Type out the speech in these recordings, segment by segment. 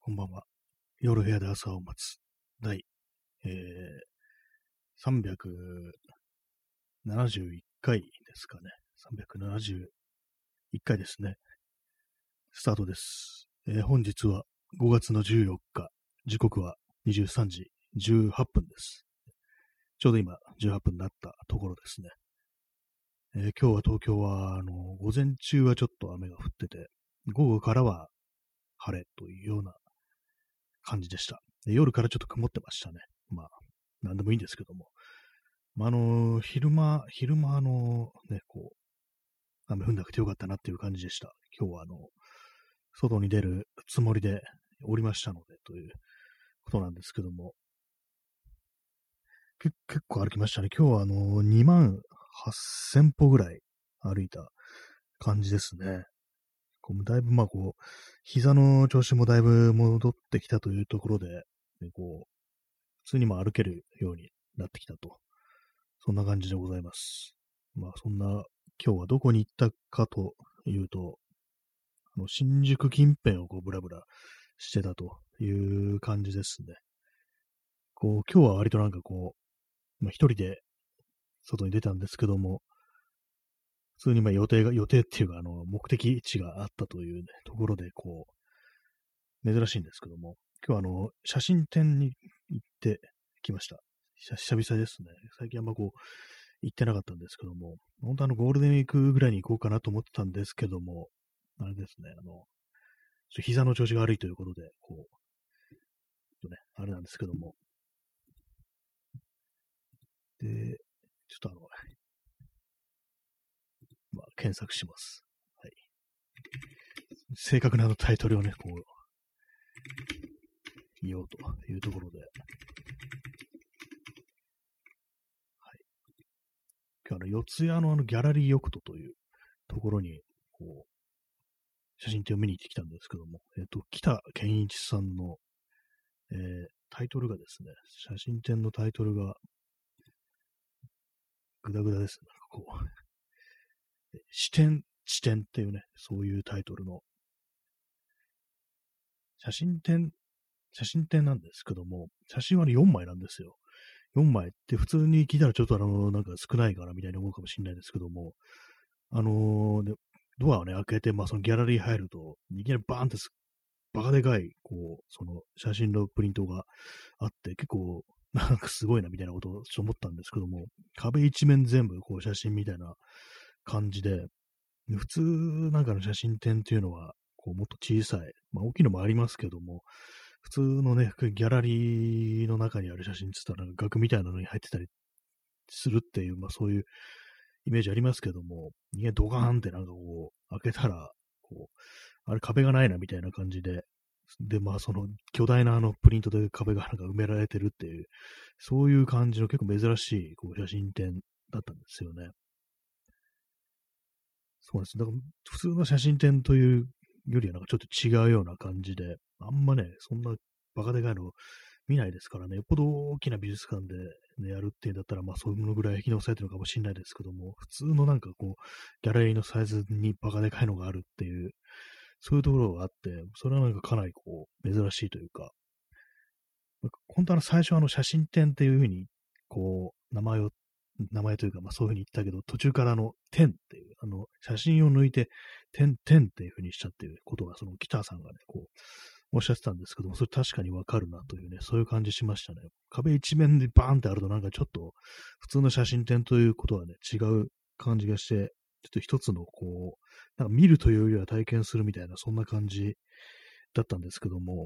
こんばんは。夜部屋で朝を待つ。第、371回ですかね。371回ですね。スタートです。本日は5月の14日。時刻は23時18分です。ちょうど今18分になったところですね。今日は東京は、午前中はちょっと雨が降ってて、午後からは晴れというような感じでした。で夜からちょっと曇ってましたね。まあ、なんでもいいんですけども。まあ、昼間、雨降んなくてよかったなっていう感じでした。今日は外に出るつもりでおりましたので、ということなんですけども。結構歩きましたね。今日は2万8000歩ぐらい歩いた感じですね。だいぶ膝の調子もだいぶ戻ってきたというところで、普通に歩けるようになってきたと。そんな感じでございます。まあ、そんな、今日はどこに行ったかというと、新宿近辺をブラブラしてたという感じですね。今日は割と一人で外に出たんですけども、普通に予定っていうか、目的地があったという、ね、ところで、珍しいんですけども、今日は写真展に行ってきました。久々ですね。最近行ってなかったんですけども、本当ゴールデンウィークぐらいに行こうかなと思ってたんですけども、あれですね、膝の調子が悪いということで、あれなんですけども、で、ちょっと検索します。はい。正確なタイトルをね、言おうというところで、はい。今日四谷のギャラリーヨクトというところに、写真展を見に行ってきたんですけども、北健一さんの、タイトルがですね、写真展のタイトルが、グダグダですね。視点っていうね、そういうタイトルの写真展なんですけども、写真は4枚なんですよ。4枚って普通に聞いたらちょっと少ないかなみたいに思うかもしれないですけども、でドアをね、開けて、そのギャラリー入ると、いきなりバーンってバカでかい、その写真のプリントがあって、結構、すごいなみたいなことをちょっと思ったんですけども、壁一面全部写真みたいな感じで、普通の写真展っていうのは、もっと小さい、大きいのもありますけども、普通のね、ギャラリーの中にある写真って言ったら、額みたいなのに入ってたりするっていう、そういうイメージありますけども、ドカーンって開けたら、あれ壁がないなみたいな感じで、で、その巨大なプリントで壁が埋められてるっていう、そういう感じの結構珍しい写真展だったんですよね。そうです。だから普通の写真展というよりはちょっと違うような感じで、あんまね、そんなバカでかいの見ないですからね、よっぽど大きな美術館で、ね、やるっていうんだったら、そういうのぐらい機能されてるのかもしれないですけども、普通のギャラリーのサイズにバカでかいのがあるっていう、そういうところがあって、それはかなり珍しいというか、本当は最初写真展っていうふうに、名前というか、そういうふうに言ったけど、途中から点っていう、写真を抜いて、点っていうふうにしたっていうことが、そのギターさんがね、おっしゃってたんですけども、それ確かにわかるなというね、そういう感じしましたね。壁一面でバーンってあるとちょっと、普通の写真展ということはね、違う感じがして、ちょっと一つの見るというよりは体験するみたいな、そんな感じだったんですけども、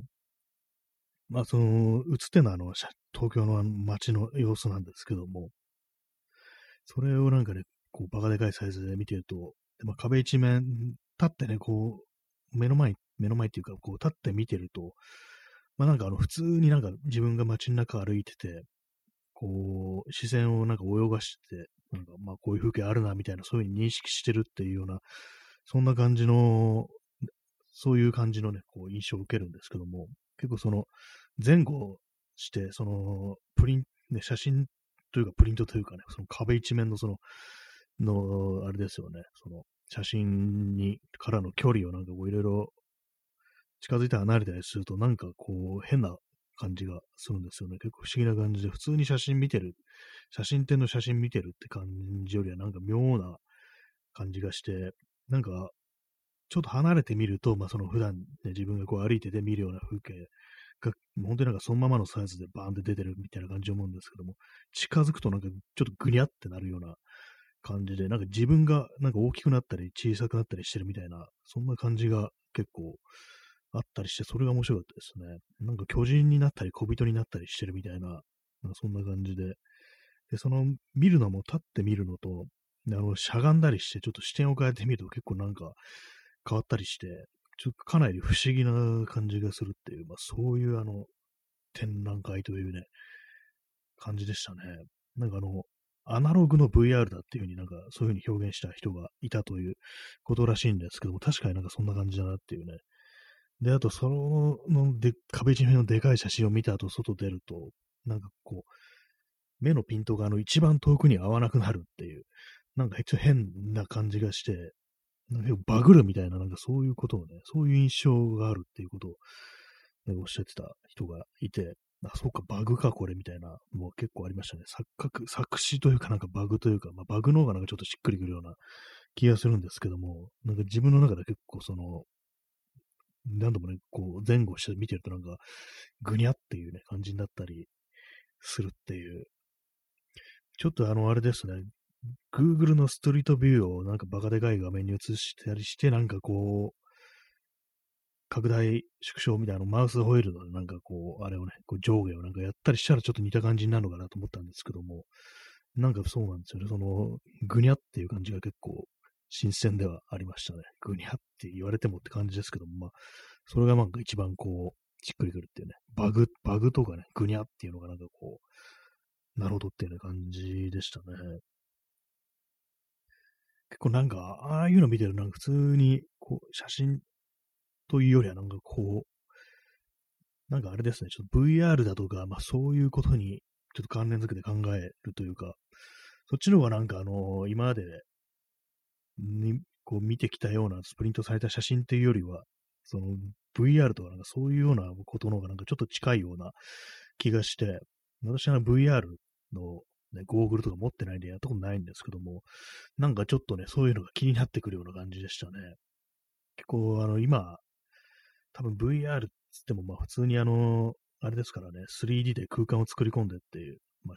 映ってるのは東京の街の様子なんですけども、それをバカでかいサイズで見てると、で壁一面、立ってね、目の前っていうか、立って見てると、普通に自分が街の中歩いてて、視線を泳がして、こういう風景あるな、みたいな、そういう風に認識してるっていうような、そんな感じの、そういう感じのね、印象を受けるんですけども、結構前後して、ね、写真というか、プリントというかね、その壁一面のあれですよね、写真からの距離をいろいろ近づいて離れたりすると、なんかこう、変な感じがするんですよね。結構不思議な感じで、普通に写真展の写真見てるって感じよりは、なんか妙な感じがして、なんか、ちょっと離れてみると、その普段ね、自分がこう歩いてて見るような風景が、もう本当になんかそのままのサイズでバーンって出てるみたいな感じを思うんですけども、近づくとなんかちょっとぐにゃってなるような感じで、なんか自分がなんか大きくなったり小さくなったりしてるみたいな、そんな感じが結構あったりして、それが面白かったですね。なんか巨人になったり小人になったりしてるみたいな、なんかそんな感じで、で、その見るのも立って見るのと、しゃがんだりして、ちょっと視点を変えてみると結構なんか変わったりして、ちょっとかなり不思議な感じがするっていう、そういう展覧会というね、感じでしたね。なんかアナログの VR だっていうふうになんかそういうふうに表現した人がいたということらしいんですけども、確かになんかそんな感じだなっていうね。で、あと壁一面のでかい写真を見た後外出ると、なんかこう、目のピントが一番遠くに合わなくなるっていう、なんかちょっと変な感じがして、なんかバグるみたいな、なんかそういうことをね、そういう印象があるっていうことを、ね、おっしゃってた人がいて、そうか、バグか、これ、みたいな、もう結構ありましたね。作詞というか、なんかバグというか、バグの方がなんかちょっとしっくりくるような気がするんですけども、なんか自分の中で結構何度もね、こう前後して見てるとなんか、ぐにゃっていうね、感じになったりするっていう、ちょっとあれですね、Google のストリートビューをなんかバカでかい画面に映したりして、なんかこう、拡大縮小みたいなマウスホイールのなんかこう、あれをね、こう上下をなんかやったりしたらちょっと似た感じになるのかなと思ったんですけども、なんかそうなんですよね。ぐにゃっていう感じが結構新鮮ではありましたね。ぐにゃって言われてもって感じですけども、それがなんか一番こう、しっくりくるっていうね、バグとかね、ぐにゃっていうのがなんかこう、なるほどっていうような感じでしたね。結構なんか、ああいうの見てるなんか普通に、こう、写真というよりはなんかこう、なんかあれですね、ちょっと VR だとか、そういうことにちょっと関連づけて考えるというか、そっちの方がなんか今までこう見てきたようなスプリントされた写真っていうよりは、その VR とかなんかそういうようなことの方がなんかちょっと近いような気がして、私は VR の、ね、ゴーグルとか持ってないんでやったことないんですけども、なんかちょっとね、そういうのが気になってくるような感じでしたね。結構今、多分 VR っつっても、普通にあれですからね、3D で空間を作り込んでっていう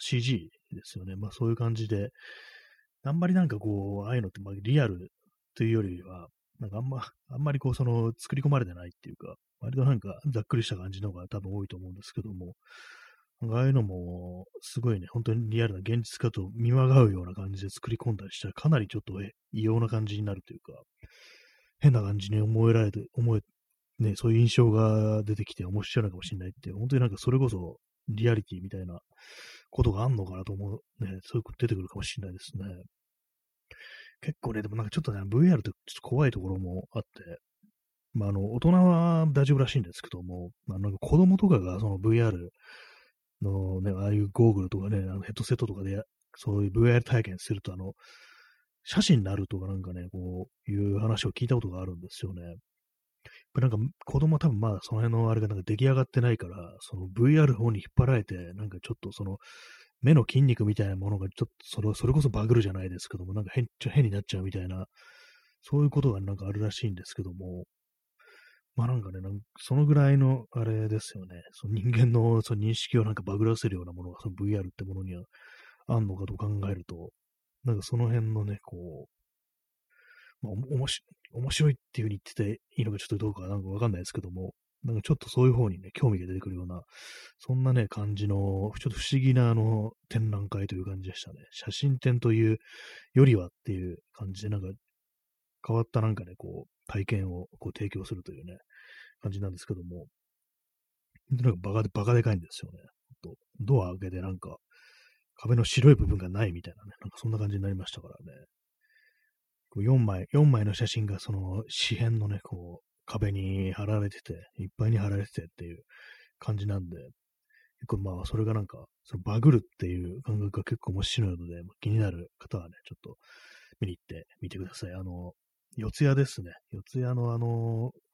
、CG ですよね。そういう感じで、あんまりなんかこう、ああいうのってリアルというよりは、なんかあんまりこう、作り込まれてないっていうか、割となんかざっくりした感じの方が多分多いと思うんですけども、なんかああいうのも、すごいね、本当にリアルな現実かと見まがうような感じで作り込んだりしたら、かなりちょっと異様な感じになるというか、変な感じに思えね、そういう印象が出てきて面白いのかもしれないっていう、本当になんかそれこそリアリティみたいなことがあんのかなと思う、ね、そういうこと出てくるかもしれないですね。結構ね、でもなんかちょっとね、VR ってちょっと怖いところもあって、大人は大丈夫らしいんですけども、なんか子供とかがその VR のね、ああいうゴーグルとかね、ヘッドセットとかで、そういう VR 体験すると、写真になるとかなんかね、こういう話を聞いたことがあるんですよね。なんか子供は多分まだその辺のあれがなんか出来上がってないから、その VR 方に引っ張られて、なんかちょっと目の筋肉みたいなものがちょっとそれこそバグるじゃないですけども、なんか変になっちゃうみたいな、そういうことがなんかあるらしいんですけども、なんかね、そのぐらいのあれですよね、その人間のその認識をなんかバグらせるようなものがその VR ってものにはあんのかと考えると、なんかその辺のね、こう、面白いっていう風に言ってていいのかちょっとどうかなんかわかんないですけども、なんかちょっとそういう方にね、興味が出てくるような、そんなね、感じの、ちょっと不思議な展覧会という感じでしたね。写真展というよりはっていう感じで、なんか変わったなんかね、こう、体験をこう提供するというね、感じなんですけども、なんかバカでかいんですよね。ドア開けてなんか、壁の白い部分がないみたいなね、なんかそんな感じになりましたからね。こう4枚の写真がその紙片のね、こう、壁に貼られてて、いっぱいに貼られててっていう感じなんで、結構それがなんか、そのバグるっていう感覚が結構面白いので、気になる方はね、ちょっと見に行ってみてください。四谷ですね。四谷の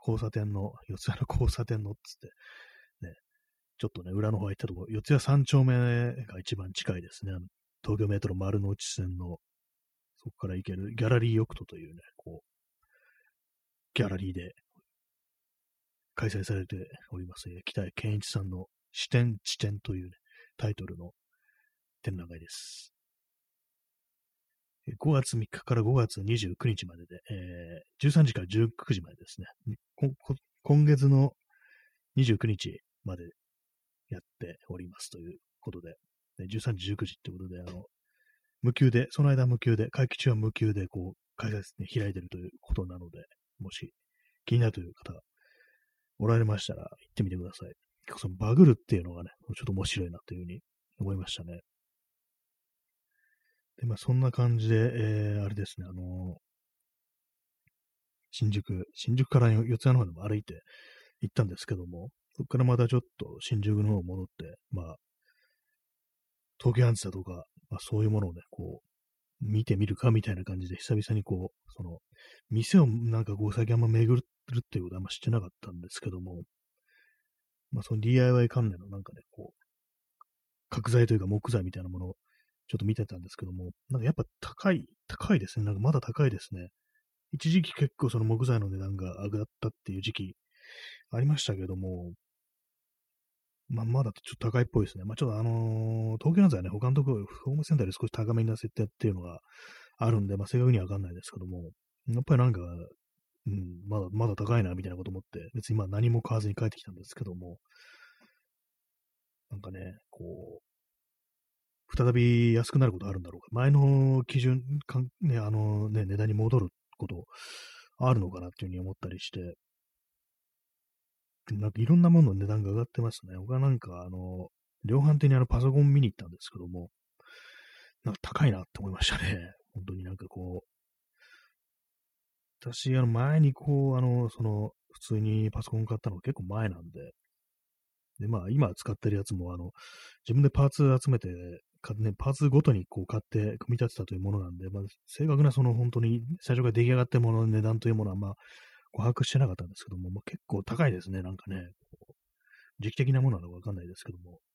交差点の、四谷の交差点のっつって、ね、ちょっとね、裏の方行ったところ、四谷三丁目が一番近いですね。東京メトロ丸の内線の、そこから行けるギャラリーヨクトというね、こう、ギャラリーで開催されております、北谷健一さんの視点地点という、ね、タイトルの展覧会です。5月3日から5月29日までで、13時から19時までですね。今月の29日までやっておりますということで、13時19時ってことで、無給で、その間無給で、会期中は無給で、こう、開催、ね、開いてるということなので、もし気になるという方がおられましたら、行ってみてください。結構そのバグるっていうのがね、ちょっと面白いなというふうに思いましたね。で、まあそんな感じで、あれですね、新宿から四谷の方でも歩いて行ったんですけども、そこからまたちょっと新宿の方戻って、まあ、東京アンツだとか、まあそういうものをね、こう、見てみるかみたいな感じで、久々にこう、その、店をなんかこう、最近あんま巡るっていうことはあんましてなかったんですけども、まあその DIY 関連のなんかね、こう、角材というか木材みたいなものをちょっと見てたんですけども、なんかやっぱ高いですね。なんかまだ高いですね。一時期結構その木材の値段が上がったっていう時期ありましたけども、まあ、まだちょっと高いっぽいですね。まあ、ちょっと東京なんざはね、他のところ、ホームセンターで少し高めな設定っていうのがあるんで、まあ、正確にはわかんないですけども、やっぱりなんか、うん、まだ高いな、みたいなこと思って、別にまあ何も買わずに帰ってきたんですけども、なんかね、こう、再び安くなることあるんだろうか。前の基準かん、ね、値段に戻ることあるのかなっていうふうに思ったりして、なんかいろんなものの値段が上がってますね。僕はなんか、量販店にパソコン見に行ったんですけども、なんか高いなって思いましたね。本当になんかこう、私、前にこう、普通にパソコン買ったのが結構前なんで、で、まあ、今使ってるやつも、自分でパーツ集めて、ね、パーツごとにこう買って組み立てたというものなんで、まあ、正確なその本当に最初から出来上がったものの値段というものは、まあ、こう把握してなかったんですけども、まあ、結構高いですね、なんかね。時期的なものなのかわかんないですけども。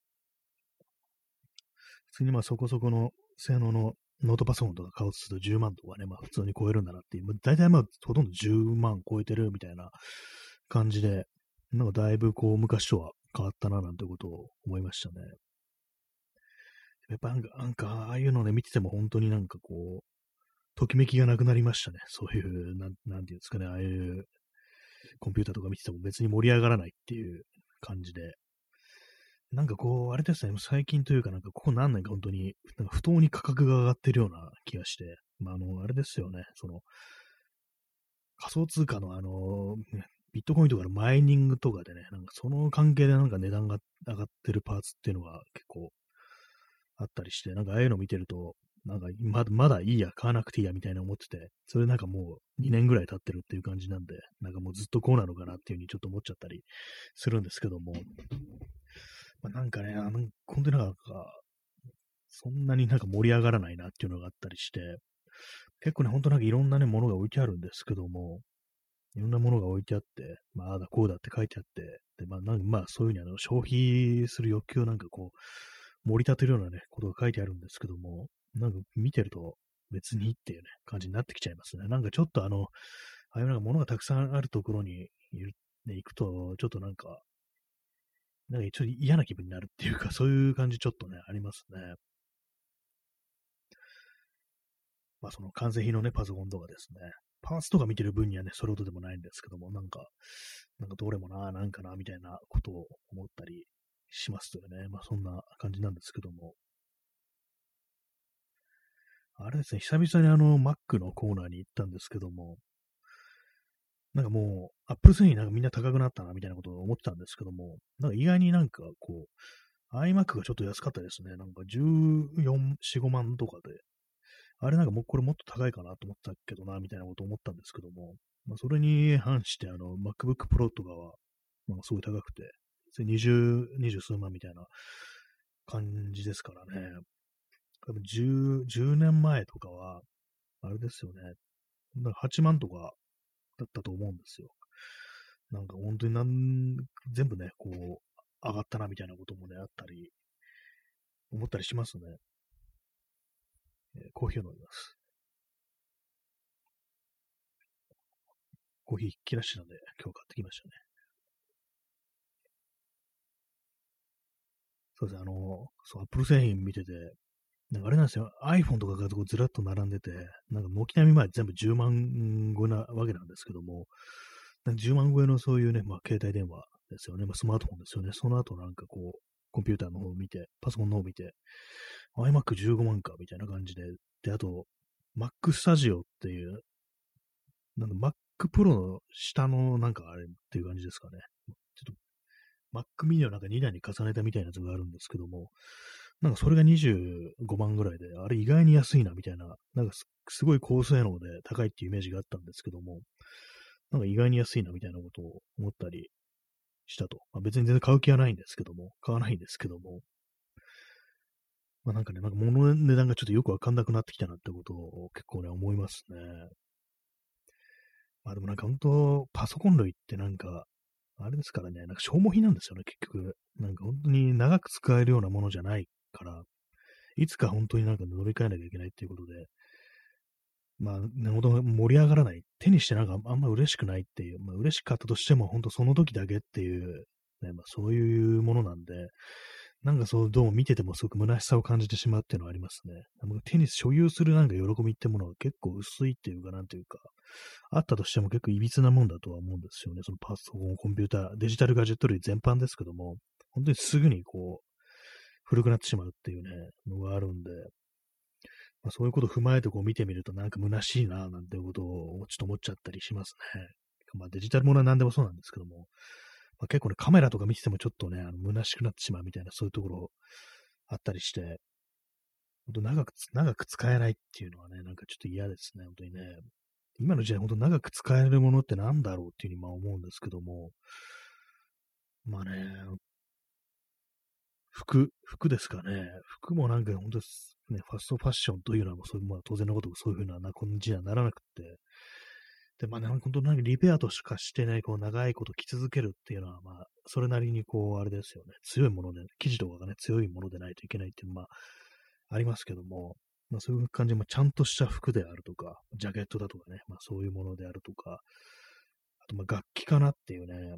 普通にまあそこそこの性能のノートパソコンとか買おうとすると10万とかね、まあ普通に超えるんだなっていう、大体まあほとんど10万超えてるみたいな感じで、なんかだいぶこう昔とは変わったななんてことを思いましたね。やっぱなんかああいうのね見てても本当になんかこう、ときめきがなくなりましたね。そういう、なんていうんですかね、ああいうコンピューターとか見てても別に盛り上がらないっていう感じで、なんかこう、あれですね、最近というか、なんかここ何年か本当に、なんか不当に価格が上がってるような気がして、まあ、あれですよね、その、仮想通貨のねビットコインとかのマイニングとかでね、なんかその関係でなんか値段が上がってるパーツっていうのが結構あったりして、なんかああいうの見てると、なんかまだいいや、買わなくていいやみたいな思ってて、それなんかもう2年ぐらい経ってるっていう感じなんで、なんかもうずっとこうなのかなっていうふうにちょっと思っちゃったりするんですけども、まあ、なんかね、本当になんか、そんなになんか盛り上がらないなっていうのがあったりして、結構ね、ほんとなんかいろんなね、ものが置いてあるんですけども、いろんなものが置いてあって、まあ、ああだこうだって書いてあって、で、まあ、そういうふうに消費する欲求をなんかこう、盛り立てるようなね、ことが書いてあるんですけども、なんか見てると別にっていうね、感じになってきちゃいますね。なんかちょっとああいうなんか物がたくさんあるところに行くと、ちょっとなんかちょっと嫌な気分になるっていうか、そういう感じちょっとね、ありますね。まあ、その完成品のね、パソコンとかですね。パーツとか見てる分にはね、それほどでもないんですけども、なんかどれもな、なんかな、みたいなことを思ったりしますよね。まあ、そんな感じなんですけども。あれですね、久々にMac のコーナーに行ったんですけども、なんかもう、Apple 製品なんかみんな高くなったな、みたいなことを思ってたんですけども、なんか意外になんかこう、iMac がちょっと安かったですね。なんか14、4、5万とかで、あれなんかもうこれもっと高いかなと思ったけどな、みたいなことを思ったんですけども、まあ、それに反してMacBook Pro とかは、まあ、すごい高くて、20数万みたいな感じですからね。多分10年前とかは、あれですよね。なんか8万とかだったと思うんですよ。 なんか本当に全部ね、こう、上がったなみたいなこともね、あったり、思ったりしますね。コーヒーを飲みます。コーヒー切らしてたんで、今日買ってきましたね。そうですね、そう、Apple 製品見てて、なんかあれなんですよ、iPhone とかがこうずらっと並んでて、なんか軒並み前全部10万超えなわけなんですけども、なんか10万超えのそういうね、まあ携帯電話ですよね、まあスマートフォンですよね。その後なんかこう、コンピューターの方を見て、パソコンの方を見て、iMac15 万かみたいな感じで、で、あと、Mac Studio っていう、なんか Mac Pro の下のなんかあれっていう感じですかね。ちょっと Mac mini をなんか2台に重ねたみたいなやつがあるんですけども、なんかそれが25万ぐらいで、あれ意外に安いなみたいな、なんかすごい高性能で高いっていうイメージがあったんですけども、なんか意外に安いなみたいなことを思ったりしたと。まあ、別に全然買う気はないんですけども、買わないんですけども、まあなんかね、なんか物の値段がちょっとよくわかんなくなってきたなってことを結構ね、思いますね。まあでもなんか本当、パソコン類ってなんか、あれですからね、なんか消耗品なんですよね、結局。なんか本当に長く使えるようなものじゃないから、いつか本当になんか乗り換えなきゃいけないっていうことで、まあ、ね、ほど盛り上がらない。手にしてなんかあんま嬉しくないっていう、まあ嬉しかったとしても本当その時だけっていう、ね、まあそういうものなんで、なんかそう、どうも見ててもすごく虚しさを感じてしまうっていうのはありますね。テニス所有するなんか喜びってものは結構薄いっていうかなんていうか、あったとしても結構歪なもんだとは思うんですよね。そのパソコン、コンピューター、デジタルガジェット類全般ですけども、本当にすぐにこう、古くなってしまうっていうね、のがあるんで、まあ、そういうことを踏まえてこう見てみるとなんか虚しいな、なんていうことをちょっと思っちゃったりしますね。まあデジタルものは何でもそうなんですけども、まあ、結構ね、カメラとか見ててもちょっとね、虚しくなってしまうみたいな、そういうところあったりして、本当長く使えないっていうのはね、なんかちょっと嫌ですね、本当にね。今の時代、本当長く使えるものってなんだろうっていうふうにまあ思うんですけども、まあね、服ですかね。服もなんか本当ですね、ファストファッションというのはもうそういう、まあ当然のことそういうふうな感じにはならなくて、で、まあね、本当なんかリペアとしかしてない、こう長いこと着続けるっていうのは、まあ、それなりにこう、あれですよね、強いもので、生地とかがね、強いものでないといけないっていうのは、まあ、ありますけども、まあそういう感じで、まあ、ちゃんとした服であるとか、ジャケットだとかね、まあそういうものであるとか、あとまあ楽器かなっていうね、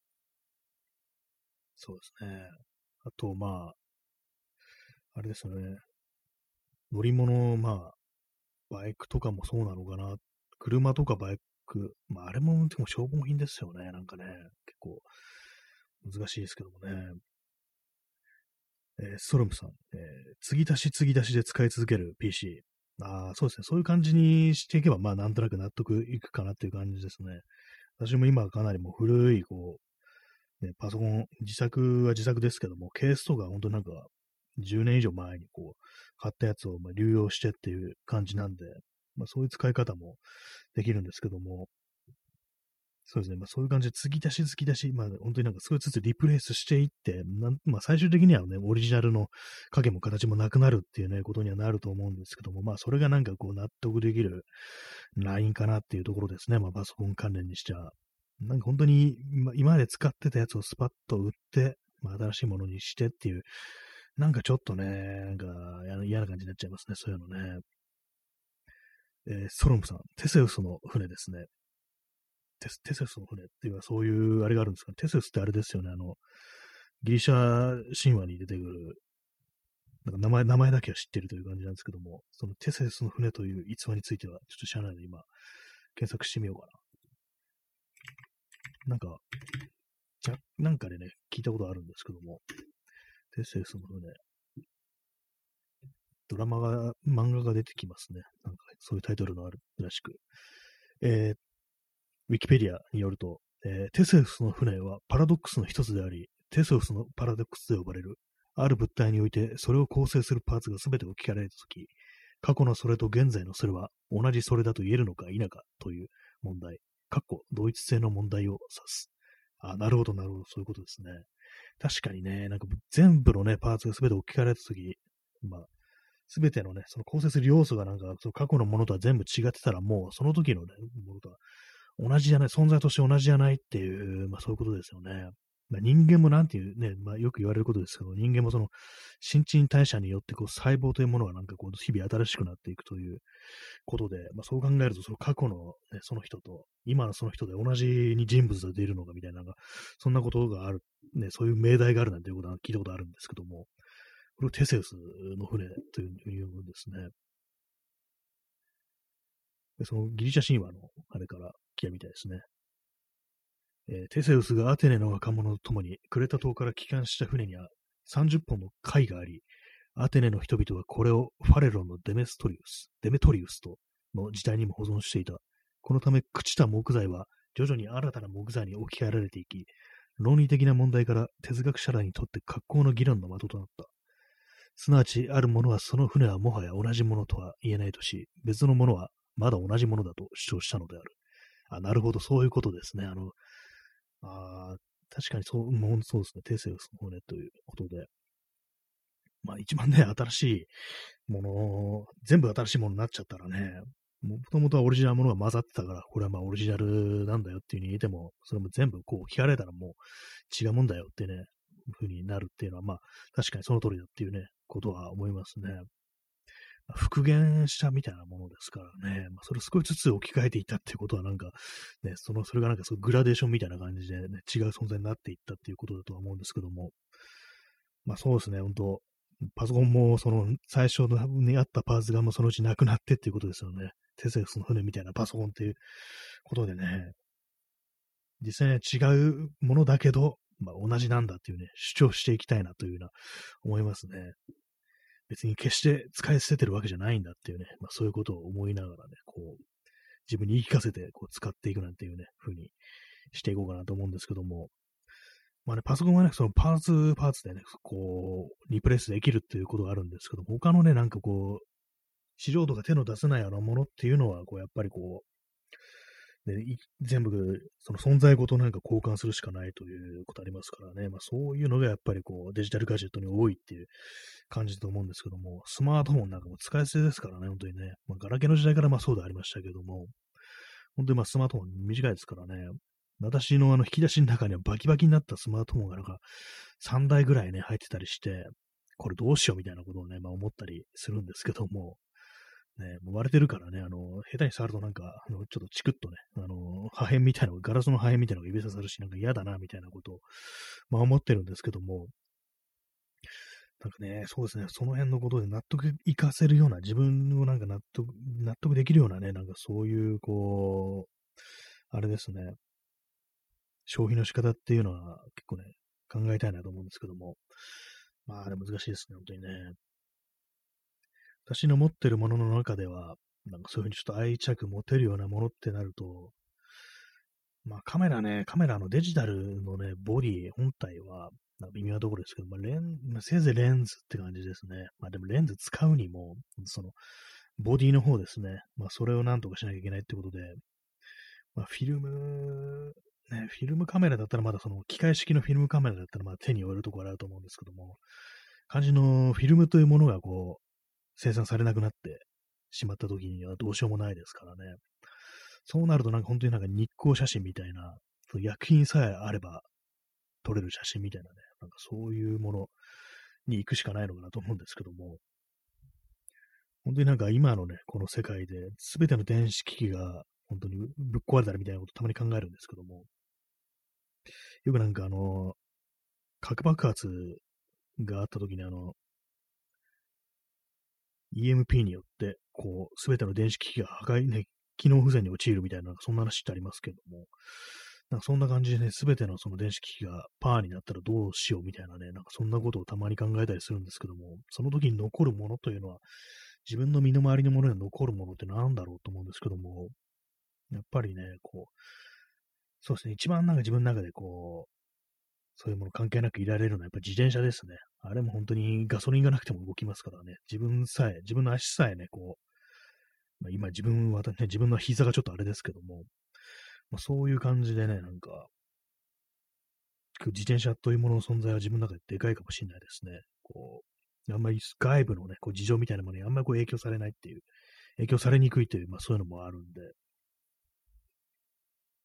そうですね。あとまあ、あれですよね、乗り物、まあ、バイクとかもそうなのかな。車とかバイク、まあ、あれもでも消耗品ですよね。なんかね、結構難しいですけどもね。ストロムさん、継ぎ足し継ぎ足しで使い続ける PC。ああ、そうですね。そういう感じにしていけば、まあ、なんとなく納得いくかなっていう感じですね。私も今はかなりもう古い、こう、ね、パソコン、自作は自作ですけども、ケースとか本当なんか、10年以上前にこう、買ったやつをまあ流用してっていう感じなんで、まあそういう使い方もできるんですけども、そうですね。まあ、そういう感じで、継ぎ足し、まあ、本当になんか少しずつリプレイスしていって、まあ、最終的にはね、オリジナルの影も形もなくなるっていうね、ことにはなると思うんですけども、まあ、それがなんかこう、納得できるラインかなっていうところですね。まあ、パソコン関連にしては。なんか本当に今まで使ってたやつをスパッと売って、まあ、新しいものにしてっていう、なんかちょっとね、なんか嫌な感じになっちゃいますね。そういうのね。ソロムさん、テセウスの船ですね。テセウスの船っていうのはそういうあれがあるんですかね。テセウスってあれですよね。ギリシャ神話に出てくる、なんか名前だけは知ってるという感じなんですけども、そのテセウスの船という逸話については、ちょっと知らないので今、検索してみようかな。なんか、なんかでね、聞いたことあるんですけども、テセウスの船、漫画が出てきますね。なんか、そういうタイトルのあるらしく。えーウィキペディアによると、テセウスの船はパラドックスの一つであり、テセウスのパラドックスと呼ばれる、ある物体においてそれを構成するパーツが全て置き換えられたとき、過去のそれと現在のそれは同じそれだと言えるのか否かという問題、同一性の問題を指す。あ、なるほど、なるほど、そういうことですね。確かにね、なんか全部のね、パーツが全て置き換えられたとき、まあ、すべてのね、その構成する要素がなんか、その過去のものとは全部違ってたら、もうその時のね、ものとは同じじゃない、存在として同じじゃないっていう、まあそういうことですよね。まあ、人間もなんていうね、まあよく言われることですけど、人間もその新陳代謝によってこう細胞というものがなんかこう日々新しくなっていくということで、まあそう考えるとその過去の、ね、その人と今のその人で同じに人物が出るのかみたいなのが、そんなことがある、ね、そういう命題があるなんていうことは聞いたことあるんですけども、これをテセウスの船というものですね。でそのギリシャ神話のあれから来たみたいですね。テセウスがアテネの若者と共にクレタ島から帰還した船には30本の貝があり、アテネの人々はこれをファレロンのデメトリウスとの時代にも保存していた。このため朽ちた木材は徐々に新たな木材に置き換えられていき、論理的な問題から哲学者らにとって格好の議論の的となった。すなわち、ある者はその船はもはや同じものとは言えないとし、別の者はまだ同じものだと主張したのである。あ、なるほど、そういうことですね。確かにそう、もうそうですね。テセウスの骨ということで。まあ一番ね、新しいもの、全部新しいものになっちゃったらね、もともとはオリジナルものが混ざってたから、これはまあオリジナルなんだよっていう風に言えても、それも全部こう聞かれたらもう違うもんだよってね、風になるっていうのは、まあ確かにその通りだっていうね、ことは思いますね。復元したみたいなものですからね、まあ、それを少しずつ置き換えていったっていうことはなんか、ね、それがなんかグラデーションみたいな感じでね、違う存在になっていったっていうことだとは思うんですけども、まあそうですね、本当パソコンもその最初にあったパーツがもうそのうちなくなってっていうことですよね。テセウスの船みたいなパソコンっていうことでね、実際には違うものだけど、まあ同じなんだっていうね、主張していきたいなというような思いますね。別に決して使い捨ててるわけじゃないんだっていうね、まあそういうことを思いながらね、こう、自分に言い聞かせてこう使っていくなんていうね、風にしていこうかなと思うんですけども、まあね、パソコンはね、そのパーツでね、こう、リプレイスできるっていうことがあるんですけども、他のね、なんかこう、素人が手の出せないようなものっていうのは、こう、やっぱりこう、ね、全部、その存在ごとなんか交換するしかないということありますからね。まあそういうのがやっぱりこう、デジタルガジェットに多いっていう感じだと思うんですけども、スマートフォンなんかも使い捨てですからね、本当にね。まあ、ガラケーの時代からまあそうでありましたけども、本当にまあスマートフォン短いですからね。私の引き出しの中にはバキバキになったスマートフォンがなんか3台ぐらいね、入ってたりして、これどうしようみたいなことをね、まあ思ったりするんですけども、ね、もう割れてるからね、下手に触るとなんか、ちょっとチクッとね、破片みたいなのが、ガラスの破片みたいなのが指ささるし、なんか嫌だな、みたいなことを、まあ思ってるんですけども、なんかね、そうですね、その辺のことで納得いかせるような、自分をなんか納得できるようなね、なんかそういう、こう、あれですね、消費の仕方っていうのは結構ね、考えたいなと思うんですけども、まあ、でも難しいですね、本当にね。私の持ってるものの中では、なんかそういうふうにちょっと愛着持てるようなものってなると、まあカメラのデジタルのね、ボディ本体は、なんか微妙なところですけど、まあ、せいぜいレンズって感じですね。まあでもレンズ使うにも、その、ボディの方ですね。まあそれをなんとかしなきゃいけないってことで、まあフィルムカメラだったらまだその機械式のフィルムカメラだったらまあ手に負えるところあると思うんですけども、肝心のフィルムというものがこう、生産されなくなってしまった時にはどうしようもないですからね。そうなるとなんか本当になんか日光写真みたいな、その薬品さえあれば撮れる写真みたいなね、なんかそういうものに行くしかないのかなと思うんですけども、本当になんか今のね、この世界で全ての電子機器が本当にぶっ壊れたらみたいなことたまに考えるんですけども、よくなんか核爆発があった時にEMP によって、こう、すべての電子機器がね、機能不全に陥るみたいな、そんな話ってありますけども、なんかそんな感じでね、すべてのその電子機器がパーになったらどうしようみたいなね、なんかそんなことをたまに考えたりするんですけども、その時に残るものというのは、自分の身の回りのものに残るものって何だろうと思うんですけども、やっぱりね、こう、そうですね、一番なんか自分の中でこう、そういうもの関係なくいられるのはやっぱ自転車ですね。あれも本当にガソリンがなくても動きますからね。自分の足さえね、こう、まあ、今自分の膝がちょっとあれですけども、まあ、そういう感じでね、なんか、自転車というものの存在は自分の中ででかいかもしれないですね。こう、あんまり外部のね、こう事情みたいなものにあんまりこう影響されないっていう、影響されにくいという、まあそういうのもあるんで、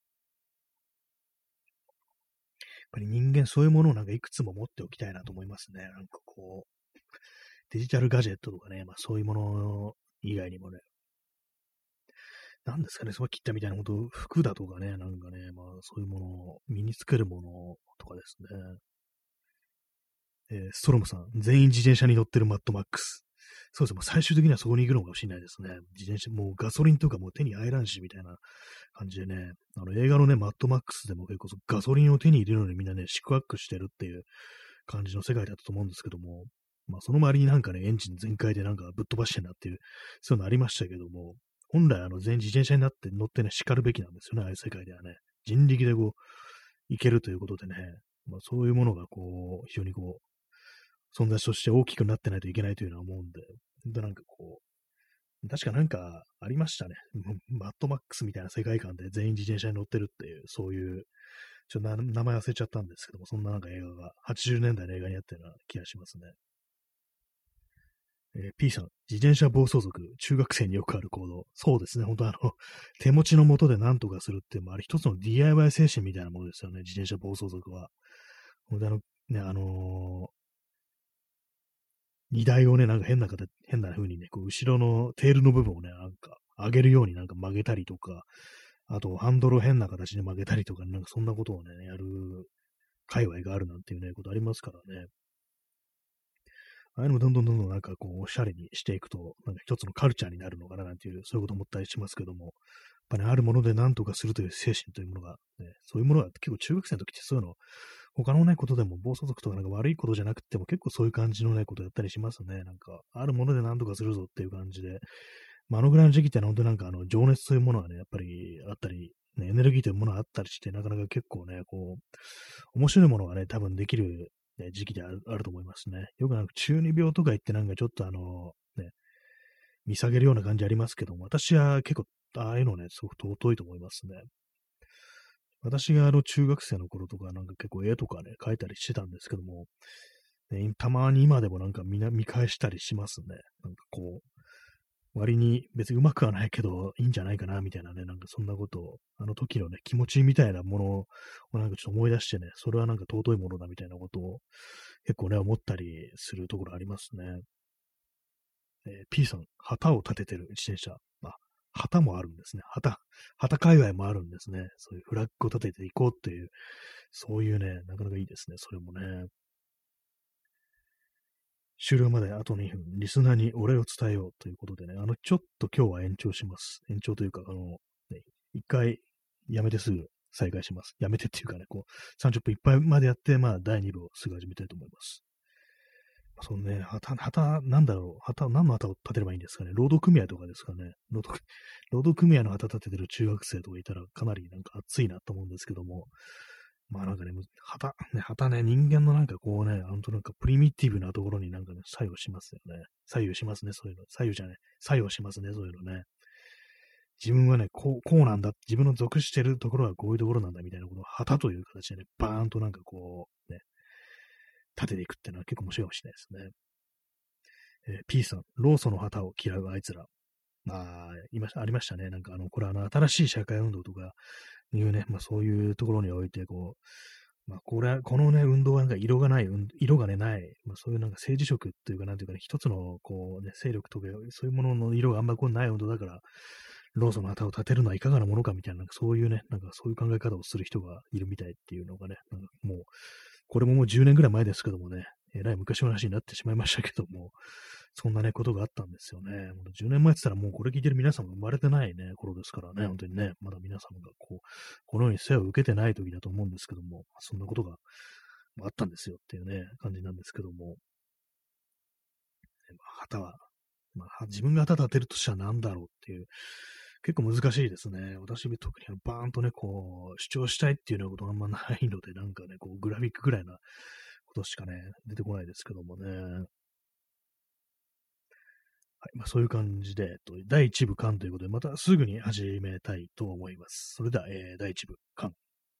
ぱり人間そういうものをなんかいくつも持っておきたいなと思いますね。なんかこう、デジタルガジェットとかね、まあそういうもの以外にもね、なんですかね、そば切ったみたいなこと、服だとかね、なんかね、まあそういうものを身につけるものとかですね。ストロムさん、全員自転車に乗ってるマッドマックス。そうですね、もう最終的にはそこに行くのかもしれないですね。自転車、もうガソリンとかもう手に入らんし、みたいな感じでね、映画のね、マッドマックスでも結構ガソリンを手に入れるのにみんなね、四苦八苦してるっていう感じの世界だったと思うんですけども、まあその周りになんかね、エンジン全開でなんかぶっ飛ばしてんなっていう、そういうのありましたけども、本来全員自転車になって乗ってね、叱るべきなんですよね、ああいう世界ではね。人力でこう、行けるということでね、まあそういうものがこう、非常にこう、存在として大きくなってないといけないというのは思うんで、ほんとなんかこう、確かなんかありましたね。マッドマックスみたいな世界観で全員自転車に乗ってるっていう、そういう、名前忘れちゃったんですけども、そんななんか映画が、80年代の映画にあったような気がしますね。P さん、自転車暴走族、中学生によくある行動。そうですね、本当手持ちのもとで何とかするって、あれ一つの DIY 精神みたいなものですよね、自転車暴走族は。本当ね、荷台をね、なんか変な風にね、こう、後ろのテールの部分をね、なんか、上げるようになんか曲げたりとか、あと、ハンドルを変な形で曲げたりとか、なんかそんなことをね、やる界隈があるなんていうね、ことありますからね。ああいうのもどんどんなんかこう、おしゃれにしていくと、なんか一つのカルチャーになるのかななんていう、そういうこと思ったりしますけども、やっぱね、あるもので何とかするという精神というものが、ね、そういうものが結構中学生の時ってそういうの、他のね、ことでも暴走族とかなんか悪いことじゃなくても結構そういう感じのね、ことやったりしますね。なんか、あるもので何とかするぞっていう感じで、まあ、あのぐらいの時期って本当になんか情熱というものはね、やっぱりあったり、ね、エネルギーというものがあったりして、なかなか結構ね、こう、面白いものがね、多分できる、ね、時期であると思いますね。よくなんか中二病とか言ってなんかちょっとね、見下げるような感じありますけども、私は結構、ああいうのね、すごく尊いと思いますね。私が中学生の頃とかなんか結構絵とかね、描いたりしてたんですけども、ね、たまに今でもなんか見返したりしますね。なんかこう、割に別にうまくはないけど、いいんじゃないかな、みたいなね、なんかそんなことを、あの時のね、気持ちみたいなものをなんかちょっと思い出してね、それはなんか尊いものだみたいなことを結構ね、思ったりするところありますね。P さん、旗を立ててる自転車。あ、旗もあるんですね。旗界隈もあるんですね。そういうフラッグを立てていこうっていう、そういうね、なかなかいいですね。それもね。終了まであと2分、リスナーにお礼を伝えようということでね、ちょっと今日は延長します。延長というか、ね、一回やめてすぐ再開します。やめてっていうかね、こう、30分いっぱいまでやって、まあ、第2部をすぐ始めたいと思います。そのね、なんだろう、何の旗を立てればいいんですかね。労働組合とかですかね。労働組合の旗立ててる中学生とかいたらかなりなんか熱いなと思うんですけども、まあなんかね、旗ね、人間のなんかこうね、なんかプリミティブなところになんかね、作用しますよね。左右しますね、そういうの。左右じゃない。作用しますね、そういうのね。自分はね、こうなんだ。自分の属してるところはこういうところなんだみたいなことを旗という形でね、バーンとなんかこう、ね、立てていくっていうのは結構面白いかもしれないですね。P さん、労組の旗を嫌うあいつら。ありましたね。なんかこれ新しい社会運動とかいうね、まあそういうところにおいて、こう、まあこのね、運動はなんか色がね、ない、まあそういうなんか政治色っていうか、なんていうかね、一つのこうね、勢力とか、そういうものの色があんまこうない運動だから、労組の旗を立てるのはいかがなものかみたいな、なんかそういうね、なんかそういう考え方をする人がいるみたいっていうのがね、なんかもう、これももう10年ぐらい前ですけどもね、えらい昔の話になってしまいましたけども、そんなね、ことがあったんですよね。もう10年前って言ったらもうこれ聞いてる皆さんも生まれてないね、頃ですからね、本当にね、まだ皆様がこう、このように世話を受けてない時だと思うんですけども、そんなことがあったんですよっていうね、感じなんですけども、旗は、自分が旗立てるとしたら何だろうっていう、結構難しいですね。私、特にバーンとね、こう、主張したいっていうようなことがあんまないので、なんかね、こう、グラフィックぐらいなことしかね、出てこないですけどもね。はい。そういう感じで、第1部間ということで、またすぐに始めたいと思います。それでは、第1部間。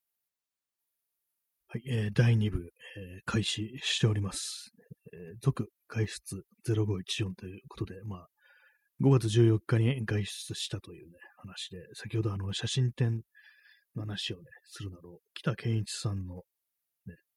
はい。第2部、開始しております。続外出0514ということで、まあ、5月14日に外出したというね、話で、先ほど写真展の話をね、するなど、北健一さんの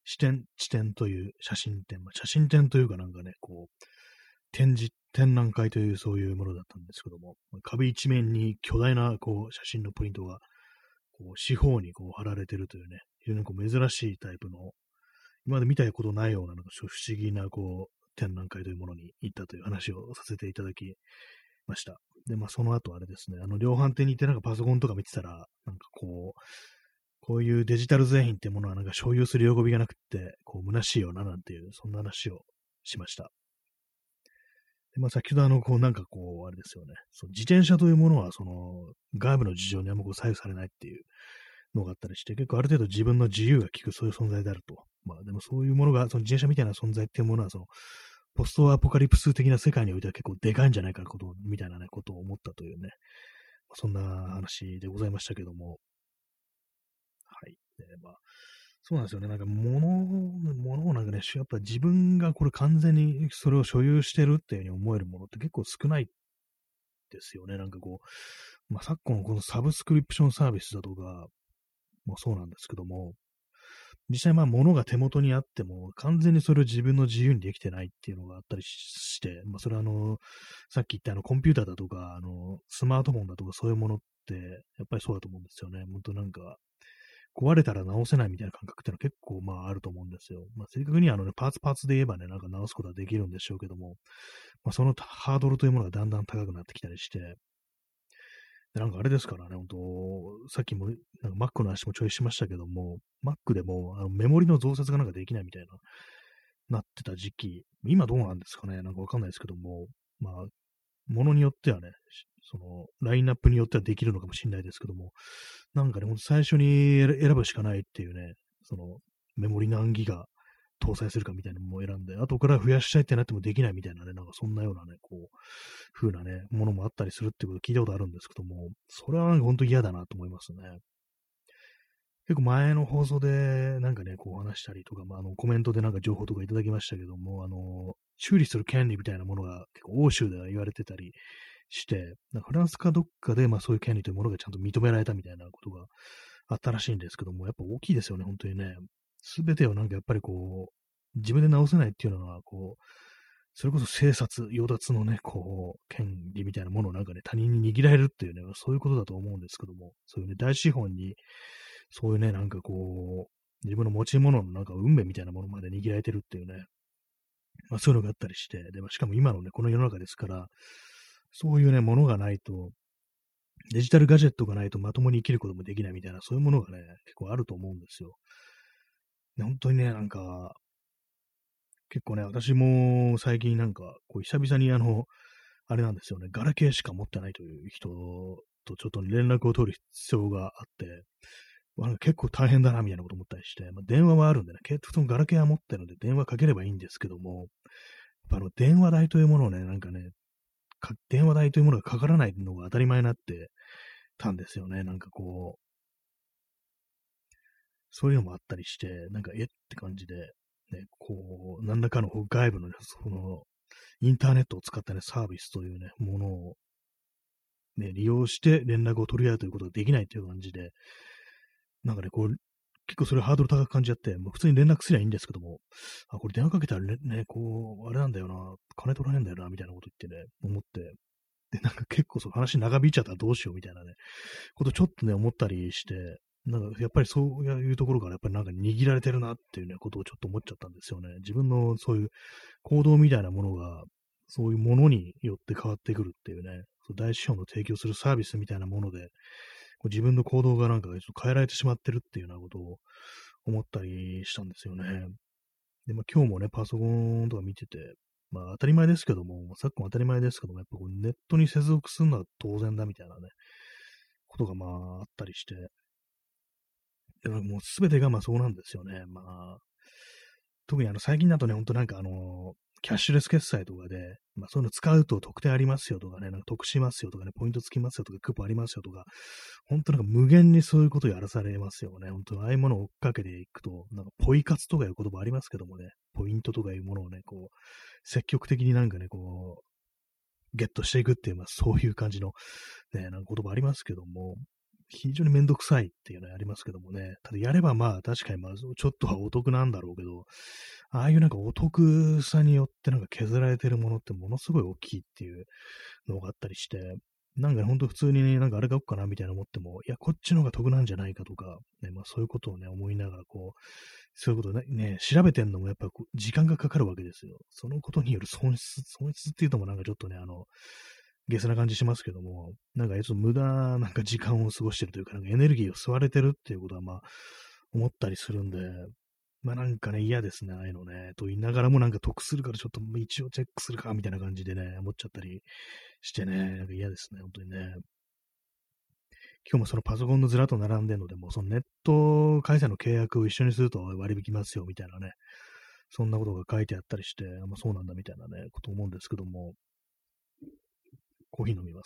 地点という写真展、写真展というかなんかね、こう、展覧会というそういうものだったんですけども、壁一面に巨大なこう写真のプリントがこう四方にこう貼られてるというね、非常にこう珍しいタイプの、今まで見たことないようななんか不思議なこう展覧会というものに行ったという話をさせていただきました。で、その後あれですね、量販店に行ってなんかパソコンとか見てたら、なんかこういうデジタル製品ってものはなんか所有する喜びがなくって、こう虚しいよななんていう、そんな話をしました。で、先ほどこうなんかこう、あれですよね、その自転車というものは、その外部の事情にあんまこう左右されないっていうのがあったりして、結構ある程度自分の自由が利くそういう存在であると。でもそういうものが、その自転車みたいな存在っていうものは、そのポストアポカリプス的な世界においては結構でかいんじゃないかみたいなね、ことを思ったというね、そんな話でございましたけども、はい。で、そうなんですよね。なんか物をなんかね、やっぱ自分がこれ完全にそれを所有してるっていうふうに思えるものって結構少ないですよね。なんかこう、昨今のこのサブスクリプションサービスだとかもそうなんですけども、実際物が手元にあっても完全にそれを自分の自由にできてないっていうのがあったりして、それはさっき言ったコンピューターだとか、スマートフォンだとかそういうものって、やっぱりそうだと思うんですよね。本当なんか、壊れたら直せないみたいな感覚ってのは結構あると思うんですよ。正確にはパーツで言えばね、なんか直すことはできるんでしょうけども、そのハードルというものがだんだん高くなってきたりして、でなんかあれですからね、本当さっきもなんか Mac の話もちょいしましたけども、Mac でもメモリの増設がなんかできないみたいなってた時期、今どうなんですかね、なんかわかんないですけども、ものによってはね、その、ラインナップによってはできるのかもしれないですけども、なんかね、ほんと最初に選ぶしかないっていうね、その、メモリ何ギガ搭載するかみたいなのも選んで、後から増やしたいってなってもできないみたいなね、なんかそんなようなね、こう、風なね、ものもあったりするってことを聞いたことあるんですけども、それはなんか本当嫌だなと思いますね。結構前の放送でなんかね、こう話したりとか、コメントでなんか情報とかいただきましたけども、修理する権利みたいなものが結構欧州では言われてたりして、なんかフランスかどっかでそういう権利というものがちゃんと認められたみたいなことがあったらしいんですけども、やっぱ大きいですよね、本当にね。すべてをなんかやっぱりこう、自分で直せないっていうのは、こう、それこそ生殺、与奪のね、こう、権利みたいなものをなんかね、他人に握られるっていうね、そういうことだと思うんですけども、そういうね、大資本に、そういうね、なんかこう、自分の持ち物のなんか運命みたいなものまで握られてるっていうね、そういうのがあったりして、で、しかも今のね、この世の中ですから、そういうね、ものがないと、デジタルガジェットがないとまともに生きることもできないみたいな、そういうものがね、結構あると思うんですよ。で本当にね、なんか、結構ね、私も最近なんか、こう久々にあれなんですよね、ガラケーしか持ってないという人とちょっと連絡を取る必要があって、なんか結構大変だなみたいなこと思ったりして、電話はあるんでね、普通のガラケーは持ってるので電話かければいいんですけども、やっぱ電話代というものをね、なんかね、電話代というものがかからないのが当たり前になってたんですよね。なんかこう、そういうのもあったりして、なんかって感じで、ね、こう、何らかの外部のね、その、インターネットを使ったね、サービスというね、ものをね、利用して連絡を取り合うということができないという感じで、なんかね、こう、結構それハードル高く感じちゃって、もう普通に連絡すりゃいいんですけども、これ電話かけたらね、こう、あれなんだよな、金取られんだよな、みたいなこと言ってね、思って、で、なんか結構その話長引いちゃったらどうしようみたいなね、ことちょっとね、思ったりして、なんかやっぱりそういうところからやっぱりなんか握られてるなっていうね、ことをちょっと思っちゃったんですよね。自分のそういう行動みたいなものが、そういうものによって変わってくるっていうね、そう大資本の提供するサービスみたいなもので、こう自分の行動がなんかちょっと変えられてしまってるっていうようなことを思ったりしたんですよね。で、今日もね、パソコンとか見てて、当たり前ですけども、昨今当たり前ですけども、やっぱこうネットに接続するのは当然だみたいなね、ことがあったりして、でもうすべてがそうなんですよね。特に最近だとね、ほんとなんかキャッシュレス決済とかで、そういうの使うと特典ありますよとかね、なんか得しますよとかね、ポイントつきますよとか、クーポンありますよとか、ほんとなんか無限にそういうことやらされますよね。ほんと、ああいうものを追っかけていくと、なんかポイ活とかいう言葉ありますけどもね、ポイントとかいうものをね、こう、積極的になんかね、こう、ゲットしていくっていう、そういう感じのね、なんか言葉ありますけども、 非常にめんどくさいっていうのはありますけどもね。ただやればまあ確かにまあちょっとはお得なんだろうけど、ああいうなんかお得さによってなんか削られてるものってものすごい大きいっていうのがあったりして、なんかね、ほんと普通にね、なんかあれ買おうかなみたいな思っても、いや、こっちの方が得なんじゃないかとか、ね、まあそういうことをね、思いながらこう、そういうことね、調べてんのもやっぱこう時間がかかるわけですよ。そのことによる損失っていうのもなんかちょっとね、ゲスな感じしますけども、なんかちょっと無駄なんか時間を過ごしてるというか、なんかエネルギーを吸われてるっていうことはまあ思ったりするんで、まあなんかね、嫌ですね、ああいうのね。と言いながらもなんか得するからちょっと一応チェックするかみたいな感じでね、思っちゃったりしてね、なんか嫌ですね、本当にね。今日もそのパソコンのずらっと並んでるので、もうそのネット回線の契約を一緒にすると割引きますよみたいなね、そんなことが書いてあったりして、まあそうなんだみたいなね、こと思うんですけども、コーヒー飲みます。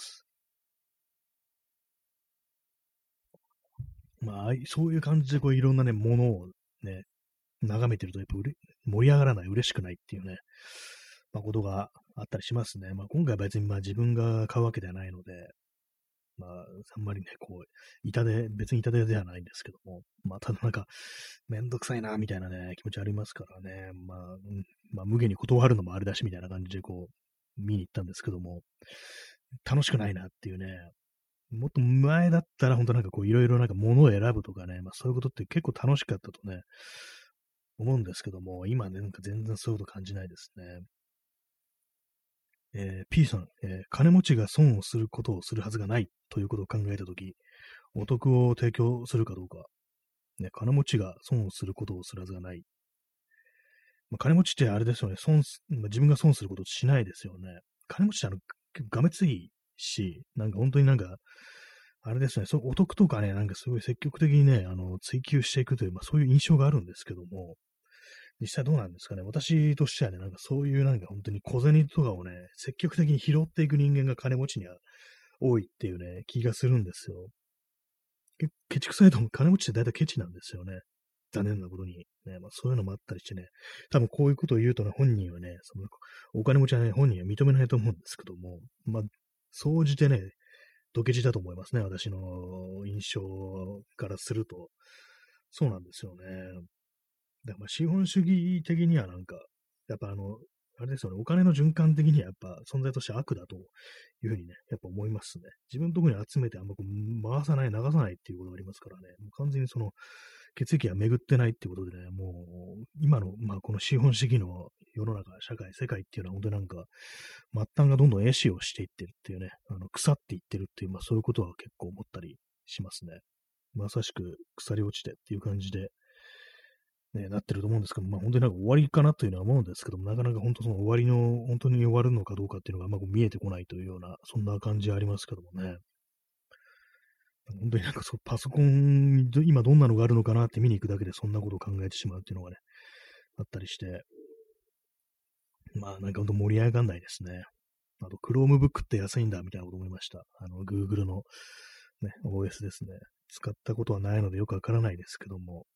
まあ、そういう感じでこういろんなね、ものをね、眺めてるとやっぱ盛り上がらない、嬉しくないっていうね、まあ、ことがあったりしますね。まあ、今回は別にまあ自分が買うわけではないので、まあ、あんまりね、こう、別に痛手ではないんですけども、まあ、ただなんか、めんどくさいな、みたいなね、気持ちありますからね、まあ、まあ、無限に断るのもあれだし、みたいな感じでこう、見に行ったんですけども、楽しくないなっていうね、もっと前だったら、本当なんかこう、いろいろなんか物を選ぶとかね、まあそういうことって結構楽しかったとね、思うんですけども、今ね、なんか全然そういうこと感じないですね。P さん、金持ちが損をすることをするはずがないということを考えたとき、お得を提供するかどうか、ね、金持ちが損をすることをするはずがない。まあ、金持ちってあれですよね、自分が損することしないですよね。金持ちって結構がめついし、なんか本当になんか、あれですね、お得とかね、なんかすごい積極的にね、追求していくという、まあそういう印象があるんですけども、実際どうなんですかね。私としてはね、なんかそういうなんか本当に小銭とかをね、積極的に拾っていく人間が金持ちには多いっていうね、気がするんですよ。ケチくさいとも金持ちって大体ケチなんですよね。残念なことに。ね、まあそういうのもあったりしてね、多分こういうことを言うとね、本人はね、お金持ちはね、本人は認めないと思うんですけども、まあ、総じてね、ドケチだと思いますね、私の印象からすると。そうなんですよね。だからまあ資本主義的にはなんか、やっぱあれですよね、お金の循環的にはやっぱ存在として悪だというふうにね、やっぱ思いますね。自分のところに集めてあんまこう回さない、流さないっていうことがありますからね、もう完全にその血液が巡ってないっていうことでね、もう今の、まあこの資本主義の世の中、社会、世界っていうのは本当になんか、末端がどんどん壊死をしていってるっていうね、腐っていってるっていう、まあそういうことは結構思ったりしますね。まさしく腐り落ちてっていう感じで、ね、なってると思うんですけど、まあ本当になんか終わりかなというのは思うんですけども、なかなか本当その終わりの、本当に終わるのかどうかっていうのがあんまこう見えてこないというような、そんな感じありますけどもね。本当になんかそう、パソコンに今どんなのがあるのかなって見に行くだけでそんなことを考えてしまうっていうのがね、あったりして、まあなんか本当盛り上がんないですね。あと、Chromebook って安いんだみたいなこと思いました。Google のね、OS ですね。使ったことはないのでよくわからないですけども、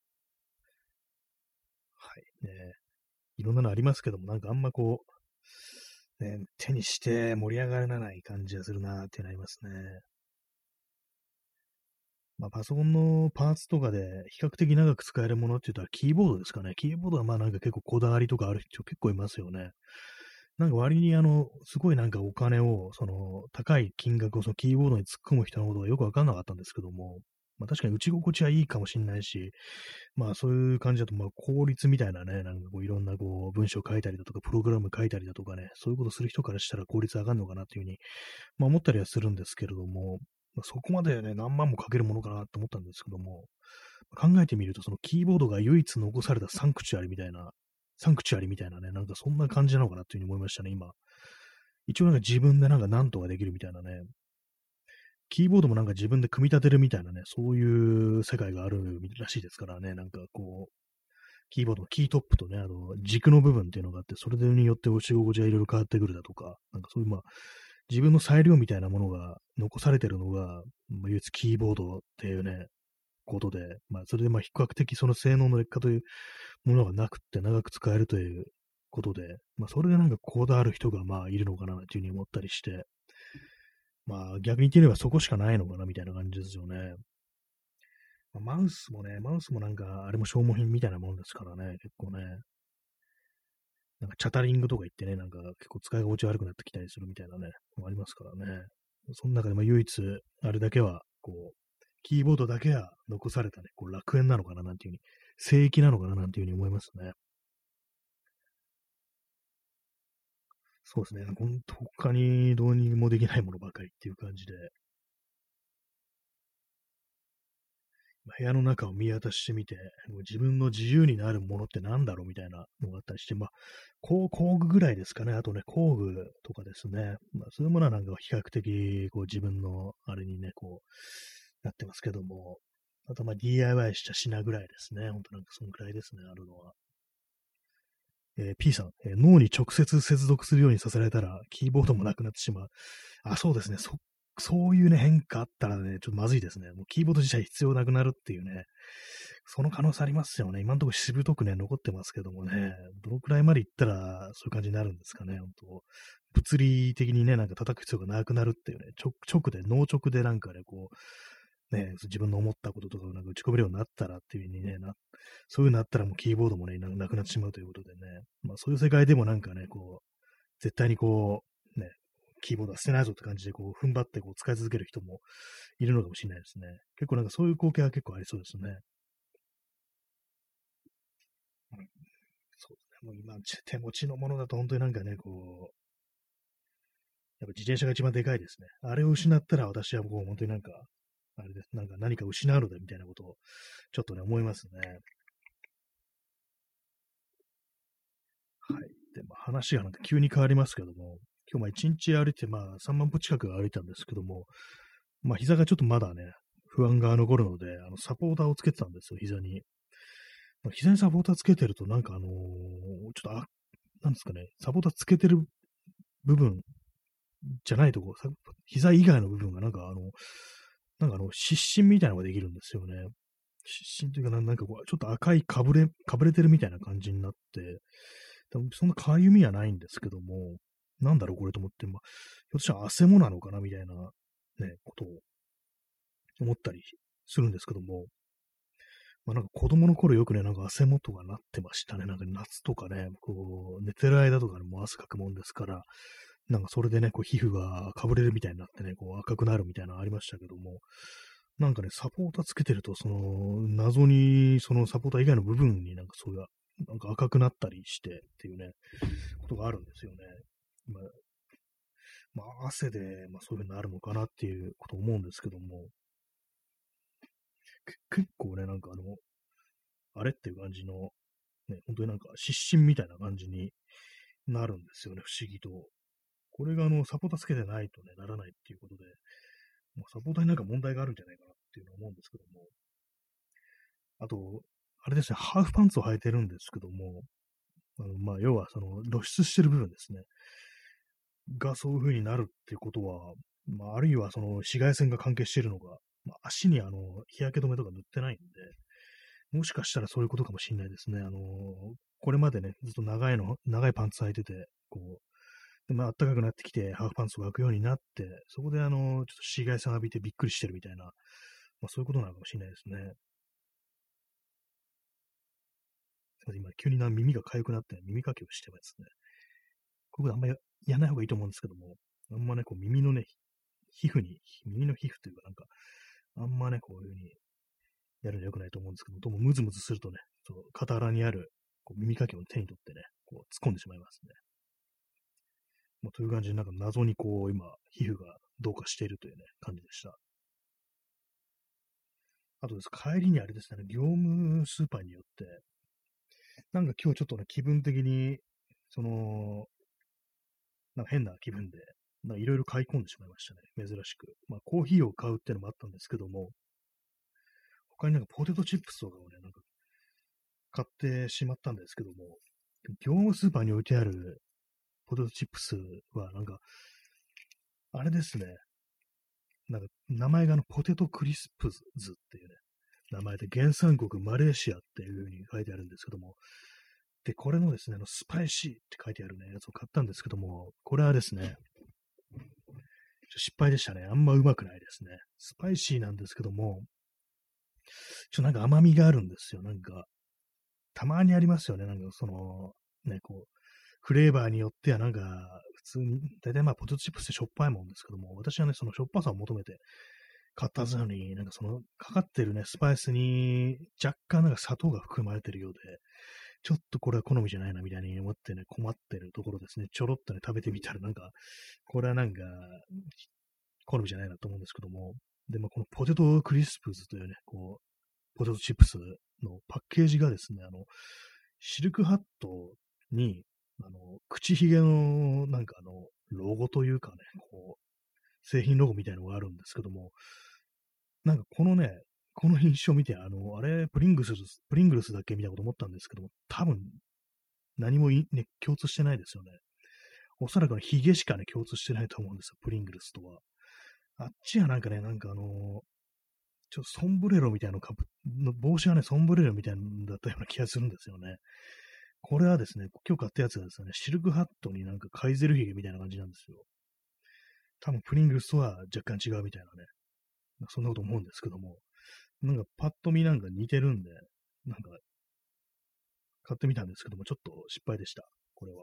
はい。ね、いろんなのありますけども、なんかあんまこう、ね、手にして盛り上がらない感じがするなってなりますね。まあ、パソコンのパーツとかで比較的長く使えるものって言ったらキーボードですかね。キーボードはまあなんか結構こだわりとかある人結構いますよね。なんか割にすごいなんかお金を、高い金額をそのキーボードに突っ込む人のことがよくわかんなかったんですけども、まあ確かに打ち心地はいいかもしれないし、まあそういう感じだと、まあ効率みたいなね、なんかこういろんなこう文章書いたりだとか、プログラム書いたりだとかね、そういうことする人からしたら効率上がるのかなっていうふうに、まあ思ったりはするんですけれども、まあ、そこまでね、何万もかけるものかなと思ったんですけども、考えてみると、そのキーボードが唯一残されたサンクチュアリみたいなね、なんかそんな感じなのかなっていうふうに思いましたね、今。一応なんか自分でなんか何とかできるみたいなね、キーボードもなんか自分で組み立てるみたいなね、そういう世界があるらしいですからね、なんかこう、キーボードのキートップとね、軸の部分っていうのがあって、それによって押し心地がいろいろ変わってくるだとか、なんかそういうまあ、自分の裁量みたいなものが残されてるのが、まあ、唯一キーボードっていうね、ことで、まあ、それでまあ、比較的その性能の劣化というものがなくって長く使えるということで、まあ、それでなんかこだわる人がまあ、いるのかなというふうに思ったりして、 まあ逆に言ってみればそこしかないのかなみたいな感じですよね。まあマウスもなんか、あれも消耗品みたいなもんですからね、結構ね。なんかチャタリングとか言ってね、なんか結構使い心地悪くなってきたりするみたいなね、もありますからね。その中でも唯一、あれだけは、こう、キーボードだけは残されたね、こう楽園なのかななんていうふうに、聖域なのかななんていうふうに思いますね。そうですね。本当他にどうにもできないものばかりっていう感じで、部屋の中を見渡してみて、もう自分の自由になるものって何だろうみたいなのがあったりして、まあ、工具ぐらいですかね。あとね、工具とかですね。まあ、そういうものはなんか比較的、こう自分のあれにね、こう、なってますけども、あとまあ DIY した品ぐらいですね。ほんとなんかそのくらいですね、あるのは。P さん、脳に直接接続するようにさせられたら、キーボードもなくなってしまう。あ、そうですね。そういうね、変化あったらね、ちょっとまずいですね。もうキーボード自体必要なくなるっていうね、その可能性ありますよね。今のところしぶとくね、残ってますけどもね、どのくらいまでいったらそういう感じになるんですかね、本当物理的にね、なんか叩く必要がなくなるっていうね、脳直でなんかね、こう、ね、自分の思ったこととかをなんか打ち込めるようになったらっていう風にね、そういうのあったらもうキーボードもね、なくなってしまうということでね、まあそういう世界でもなんかね、こう、絶対にこう、ね、キーボードは捨てないぞって感じで、こう、踏ん張ってこう使い続ける人もいるのかもしれないですね。結構なんかそういう光景は結構ありそうですね。うん、そうですね。もう今、手持ちのものだと本当になんかね、こう、やっぱ自転車が一番でかいですね。あれを失ったら私はもう本当になんか、あれです。なんか何か失うのだみたいなことをちょっとね、思いますね。はい。で、まあ、話がなんか急に変わりますけども、今日まあ一日歩いてまあ3万歩近く歩いたんですけども、まあ膝がちょっとまだね、不安が残るので、サポーターをつけてたんですよ、膝に。まあ膝にサポーターつけてると、なんかちょっと、なんですかね、サポーターつけてる部分じゃないとこ、膝以外の部分が湿疹みたいなのができるんですよね。湿疹というかなんかこう、ちょっと赤いかぶれてるみたいな感じになって、多分そんなかゆみはないんですけども、なんだろうこれと思って、まあ、ひょっとしたら汗もなのかなみたいな、ね、ことを思ったりするんですけども、まあなんか子供の頃よくね、なんか汗もとかなってましたね。なんか夏とかね、こう、寝てる間とかにもう汗かくもんですから、なんかそれでね、こう皮膚がかぶれるみたいになってね、こう赤くなるみたいなのありましたけども、なんかね、サポーターつけてると、謎に、そのサポーター以外の部分になんかそういう、なんか赤くなったりしてっていうね、ことがあるんですよね。まあ、汗で、まあ、そういうふうになるのかなっていうことを思うんですけども、結構ね、なんかあれっていう感じの、ね、本当になんか湿疹みたいな感じになるんですよね、不思議と。これがサポーターつけてないとね、ならないっていうことで、まあ、サポーターになんか問題があるんじゃないかなっていうのは思うんですけども、あと、あれですね、ハーフパンツを履いてるんですけども、まあ、要は露出してる部分ですね。がそういう風になるっていうことは、まあ、あるいはその紫外線が関係しているのか、まあ、足に日焼け止めとか塗ってないんで、もしかしたらそういうことかもしれないですね。これまでね、ずっと長いパンツ履いてて、こう、でまあ、暖かくなってきて、ハーフパンツを履くようになって、そこでちょっと紫外線浴びてびっくりしてるみたいな、まあ、そういうことなのかもしれないですね。すいません今、急に耳が痒くなって耳かきをしてますね。こういうことあんまりやらない方がいいと思うんですけども、あんまね、こう耳の皮膚というかなんか、あんまね、こういう風にやるの良くないと思うんですけども、どうもムズムズするとね、肩腹にあるこう耳かきを手に取ってね、こう突っ込んでしまいますね。まあ、という感じで、なんか謎にこう、今、皮膚がどうかしているというね、感じでした。あとです、帰りにあれですね、業務スーパーによって、なんか今日ちょっとね、気分的に、その、なんか変な気分で、なんかいろいろ買い込んでしまいましたね、珍しく。まあ、コーヒーを買うっていうのもあったんですけども、他になんかポテトチップスとかをね、なんか買ってしまったんですけども、業務スーパーに置いてあるポテトチップスは、なんか、あれですね、なんか名前がポテトクリスプズっていうね、名前で原産国マレーシアっていう風に書いてあるんですけども、で、これのですね、スパイシーって書いてあるね、やつを買ったんですけども、これはですね、 失敗でしたね。あんまうまくないですね。スパイシーなんですけども、なんか甘みがあるんですよ。なんか、たまにありますよね。なんかその、ね、こう、フレーバーによってはなんか、普通に、大体まあポテトチップスってしょっぱいもんですけども、私はね、そのしょっぱさを求めて買ったはずなのに、なんかそのかかってるね、スパイスに若干なんか砂糖が含まれてるようで、ちょっとこれは好みじゃないなみたいに思ってね、困ってるところですね。ちょろっとね、食べてみたらなんか、これはなんか、好みじゃないなと思うんですけども、で、まあ、このポテトクリスプズというね、こう、ポテトチップスのパッケージがですね、シルクハットに、口ひげの、なんかロゴというかね、こう、製品ロゴみたいなのがあるんですけども、なんかこのね、この印象を見て、あれ、プリングルスだっけみたいなこと思ったんですけども、多分、何もね、共通してないですよね。おそらくヒゲしかね、共通してないと思うんですよ、プリングルスとは。あっちはなんかね、なんかちょっとソンブレロみたいなのかぶの帽子がね、ソンブレロみたいなのだったような気がするんですよね。これはですね、今日買ったやつがですね、シルクハットになんかカイゼルヒゲみたいな感じなんですよ。多分プリングルスとは若干違うみたいなね。そんなこと思うんですけども。なんかパッと見なんか似てるんで、なんか買ってみたんですけども、ちょっと失敗でした。これは。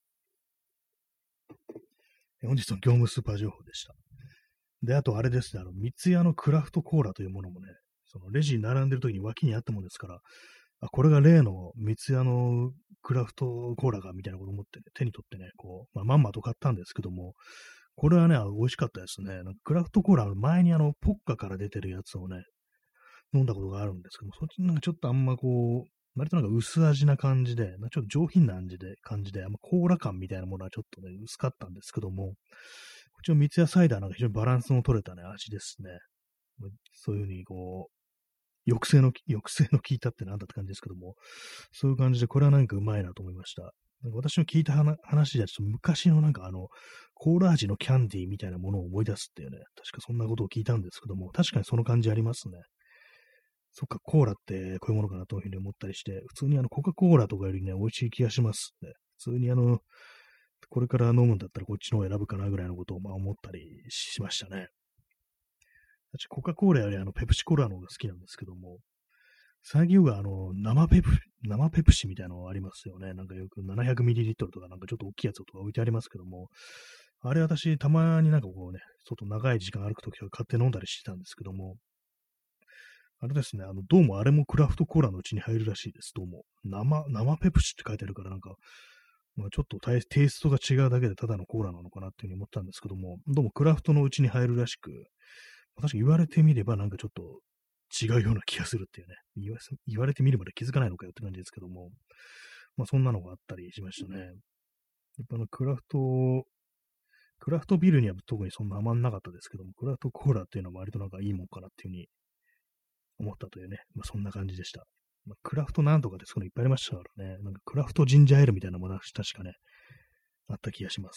本日の業務スーパー情報でした。で、あとあれですね、三ツ矢のクラフトコーラというものもね、そのレジに並んでる時に脇にあったものですから、あ、これが例の三ツ矢のクラフトコーラか、みたいなこと思ってね、手に取ってね、こう、まんまと買ったんですけども、これはね、美味しかったですね。なんかクラフトコーラ、前にポッカから出てるやつをね、飲んだことがあるんですけども、そっちなんかちょっとあんまこう、割となんか薄味な感じで、なんかちょっと上品な感じで、あんまコーラ感みたいなものはちょっとね、薄かったんですけども、こっちの三ツ矢サイダーなんか非常にバランスの取れたね、味ですね。そういうふうにこう、抑制の効いたってなんだって感じですけども、そういう感じで、これはなんかうまいなと思いました。なんか私の聞いた話じゃ、ちょっと昔のなんかコーラ味のキャンディーみたいなものを思い出すっていうね、確かそんなことを聞いたんですけども、確かにその感じありますね。そっか、コーラってこういうものかなというふうに思ったりして、普通にコカ・コーラとかよりね、美味しい気がしますね。普通にこれから飲むんだったらこっちの方を選ぶかなぐらいのことをまあ思ったりしましたね。私、コカ・コーラよりペプシコーラの方が好きなんですけども、最近は生ペプシみたいなのがありますよね。なんかよく 700ml とかなんかちょっと大きいやつとか置いてありますけども、あれ私たまになんかこうね、外長い時間歩くときは買って飲んだりしてたんですけども、あれですね、どうもあれもクラフトコーラのうちに入るらしいです、どうも。生ペプシって書いてあるからなんか、まあ、ちょっとテイストが違うだけでただのコーラなのかなっていうふうに思ったんですけども、どうもクラフトのうちに入るらしく、確かに言われてみればなんかちょっと違うような気がするっていうね、言われてみるまで気づかないのかよって感じですけども、まあそんなのがあったりしましたね。やっぱクラフトビールには特にそんな余んなかったですけども、クラフトコーラっていうのは割となんかいいもんかなっていうふうに思ったというね、まあそんな感じでした。まあ、クラフトなんとかですけどいっぱいありましたからね、なんかクラフトジンジャーエールみたいなものが確かね、あった気がします。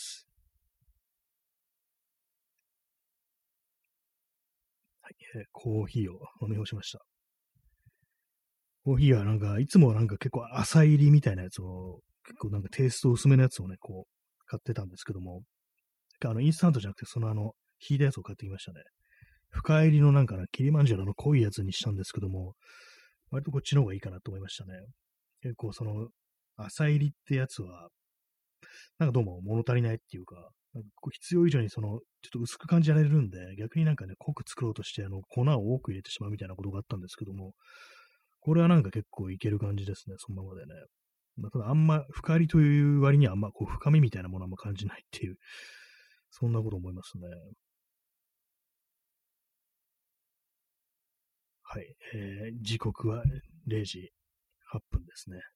はい、コーヒーを飲み干しました。コーヒーはなんか、いつもなんか結構浅入りみたいなやつを、結構なんかテイスト薄めのやつをね、こう、買ってたんですけども、インスタントじゃなくて、引いたやつを買ってきましたね。深入りのなんかキリマンジャロの濃いやつにしたんですけども、割とこっちの方がいいかなと思いましたね。結構浅入りってやつは、なんかどうも物足りないっていうか、なんかこう必要以上にちょっと薄く感じられるんで、逆になんかね、濃く作ろうとして、粉を多く入れてしまうみたいなことがあったんですけども、これはなんか結構いける感じですね、そのままでね。まあ、ただあんま深入りという割にはあんまこう深みみたいなものはあんま感じないっていう、そんなこと思いますね。はい。時刻は0時8分ですね。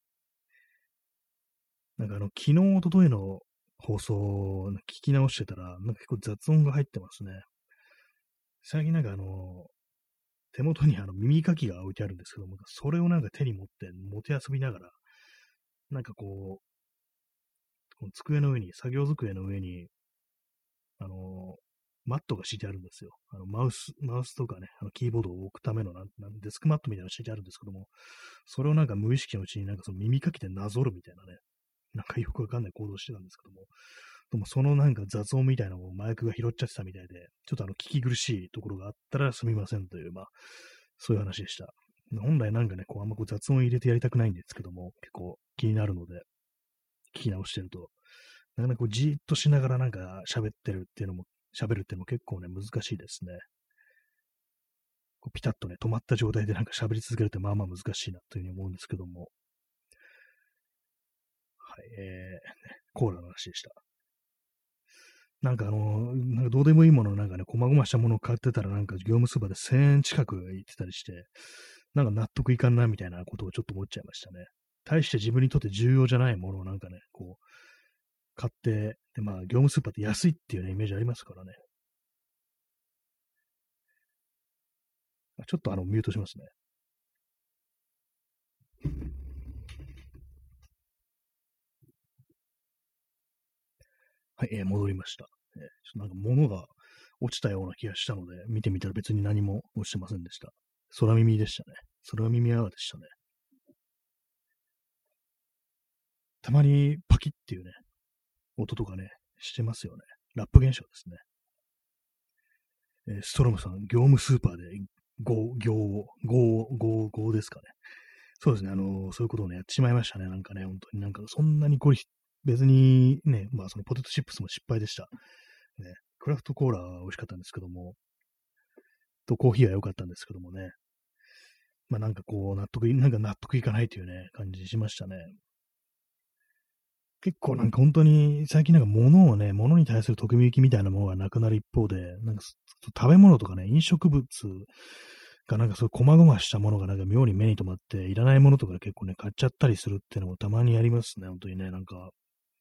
なんか昨日、一昨日の放送を聞き直してたら、なんか結構雑音が入ってますね。最近なんか手元に耳かきが置いてあるんですけども、それをなんか手に持って持て遊びながら、なんかこの机の上に、作業机の上に、あの、マットが敷いてあるんですよ。マウスとかね、キーボードを置くためのデスクマットみたいなのが敷いてあるんですけども、それをなんか無意識のうちになんかその耳かきでなぞるみたいなね、なんかよくわかんない行動をしてたんですけども、 でもそのなんか雑音みたいなのをマイクが拾っちゃってたみたいで、ちょっと聞き苦しいところがあったらすみませんという、まあ、そういう話でした。本来なんかね、こうあんまこう雑音入れてやりたくないんですけども、結構気になるので、聞き直してると、なかなかこうじーっとしながらなんか喋るっていうのも結構ね、難しいですね。こうピタッとね、止まった状態でなんか喋り続けるってまあまあ難しいなというふうに思うんですけども、はい、コーラの話でした。なんかなんかどうでもいいものなんかね、細々したものを買ってたらなんか業務スーパーで1000円近く言ってたりして、なんか納得いかんなみたいなことをちょっと思っちゃいましたね。対して自分にとって重要じゃないものをなんかね、こう、買って、で、まあ、業務スーパーって安いっていうね、イメージありますからね。ちょっとミュートしますね。はい、戻りました。ちょっとなんか物が落ちたような気がしたので、見てみたら別に何も落ちてませんでした。空耳でしたね。空耳アワーでしたね。たまにパキッっていうね、音とかね、してますよね。ラップ現象ですね。ストロムさん、業務スーパーで5ですかね。そうですね、そういうことをね、やってしまいましたね。なんかね、本当になんか、そんなに別にね、まあ、そのポテトチップスも失敗でした。ね、クラフトコーラは美味しかったんですけども、コーヒーは良かったんですけどもね、まあなんかこう、なんか納得いかないというね、感じしましたね。結構なんか本当に、最近なんか物に対するときめきみたいなものがなくなる一方で、なんか食べ物とかね、飲食物がなんかそういう細々したものがなんか妙に目に留まって、いらないものとか結構ね、買っちゃったりするっていうのもたまにありますね、本当にね、なんか、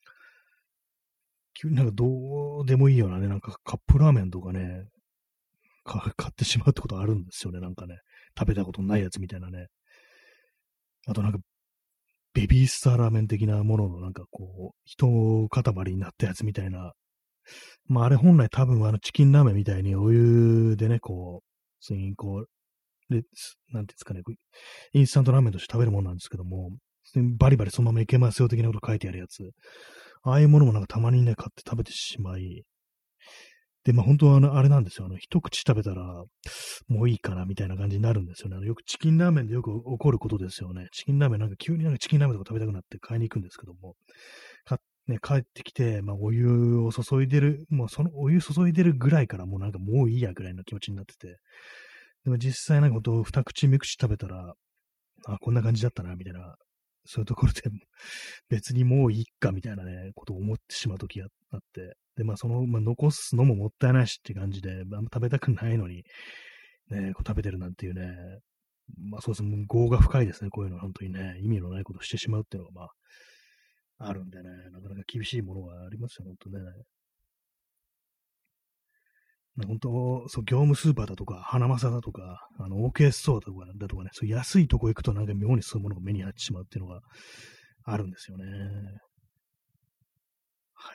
急になんかどうでもいいようなね、なんかカップラーメンとかね、買ってしまうってことあるんですよね、なんかね。食べたことないやつみたいなね。あとなんか、ベビースターラーメン的なもののなんかこう、一塊になったやつみたいな。まああれ本来多分チキンラーメンみたいにお湯でね、こう、普通にこう、なんていうんですかね、インスタントラーメンとして食べるものなんですけども、バリバリそのままいけますよ的なこと書いてあるやつ。ああいうものもなんかたまにね、買って食べてしまい、で、まあ本当はあれなんですよ。一口食べたら、もういいかなみたいな感じになるんですよね。よくチキンラーメンでよく起こることですよね。チキンラーメンなんか急になんかチキンラーメンとか食べたくなって買いに行くんですけども、帰ってきて、まあお湯を注いでる、もうそのお湯注いでるぐらいからもうなんかもういいやぐらいの気持ちになってて、でも実際なんかほんと二口三口食べたら、あ、こんな感じだったな、みたいな、そういうところで別にもういいかみたいなね、ことを思ってしまうときがあって、で、まあまあ、残すのももったいないしって感じで、あんま食べたくないのに、ね、こう食べてるなんていうね、まあそうですね、もう業が深いですね、こういうのは本当にね、意味のないことをしてしまうっていうのが、まあ、あるんでね、なかなか厳しいものがありますよ、本当ね。本当、そう、業務スーパーだとか、花正だとか、OK ストアだとかね、そういう安いとこ行くとなんか妙にそういうものが目に入ってしまうっていうのがあるんですよね。はい。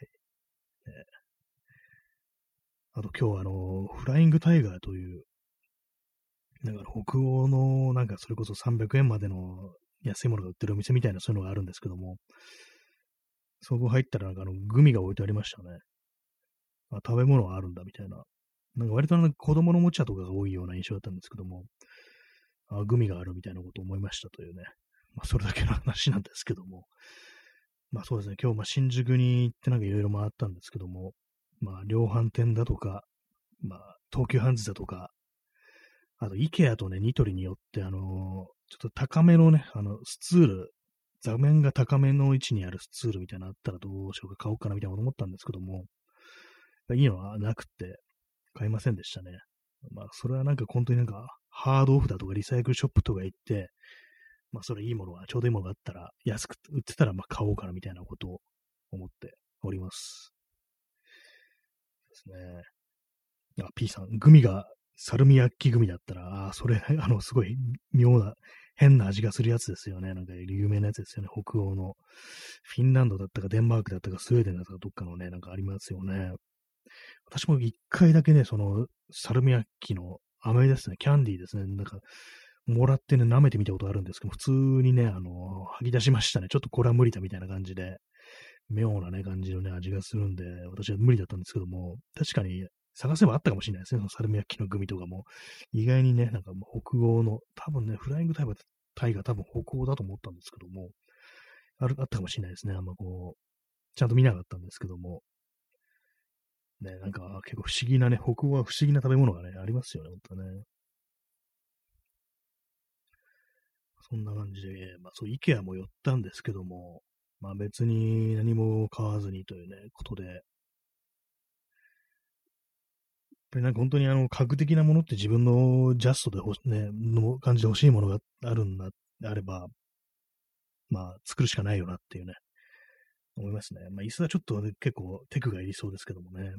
あと今日フライングタイガーという、なんか北欧の、なんかそれこそ300円までの安いものが売ってるお店みたいなそういうのがあるんですけども、そこ入ったらなんかグミが置いてありましたね。あ、食べ物があるんだみたいな。なんか割と子供のおもちゃとかが多いような印象だったんですけども、あ、グミがあるみたいなことを思いましたというね。まあそれだけの話なんですけども。まあそうですね、今日新宿に行ってなんかいろいろ回ったんですけども、まあ量販店だとか、まあ東急ハンズだとか、あと、イケアとね、ニトリによって、ちょっと高めのね、スツール、座面が高めの位置にあるスツールみたいなのあったらどうしようか買おうかなみたいなこと思ったんですけども、いいのはなくって買いませんでしたね。まあ、それはなんか本当になんか、ハードオフだとかリサイクルショップとか行って、まあ、それいいものが、ちょうどいいものがあったら、安く売ってたら、まあ、買おうかなみたいなことを思っております。ですね。あ、P さん、グミがサルミアッキグミだったら、あ、それ、すごい妙な、変な味がするやつですよね。なんか有名なやつですよね。北欧の。フィンランドだったか、デンマークだったか、スウェーデンだったか、どっかのね、なんかありますよね。私も一回だけね、サルミアッキの飴ですね、キャンディーですね。なんか、もらってね、舐めてみたことあるんですけど、普通にね、吐き出しましたね。ちょっとこれは無理だみたいな感じで。 妙なね、感じのね、味がするんで、私は無理だったんですけども、確かに探せばあったかもしれないですね、そのサルミヤッキのグミとかも。意外にね、なんかもう北欧の、多分ね、フライングタイが多分北欧だと思ったんですけども、あったかもしれないですね。あんまこう、ちゃんと見なかったんですけども、ね、なんか結構不思議なね、北欧は不思議な食べ物がね、ありますよね、ほんとね。そんな感じで、まあそう、イケアも寄ったんですけども、まあ別に何も買わずにというね、ことで、やっぱりなんか本当に家具的なものって自分のジャストでね、の感じで欲しいものがあるんだ、あれば、まあ作るしかないよなっていうね、思いますね。まあ椅子はちょっとね、結構テクがいりそうですけどもね。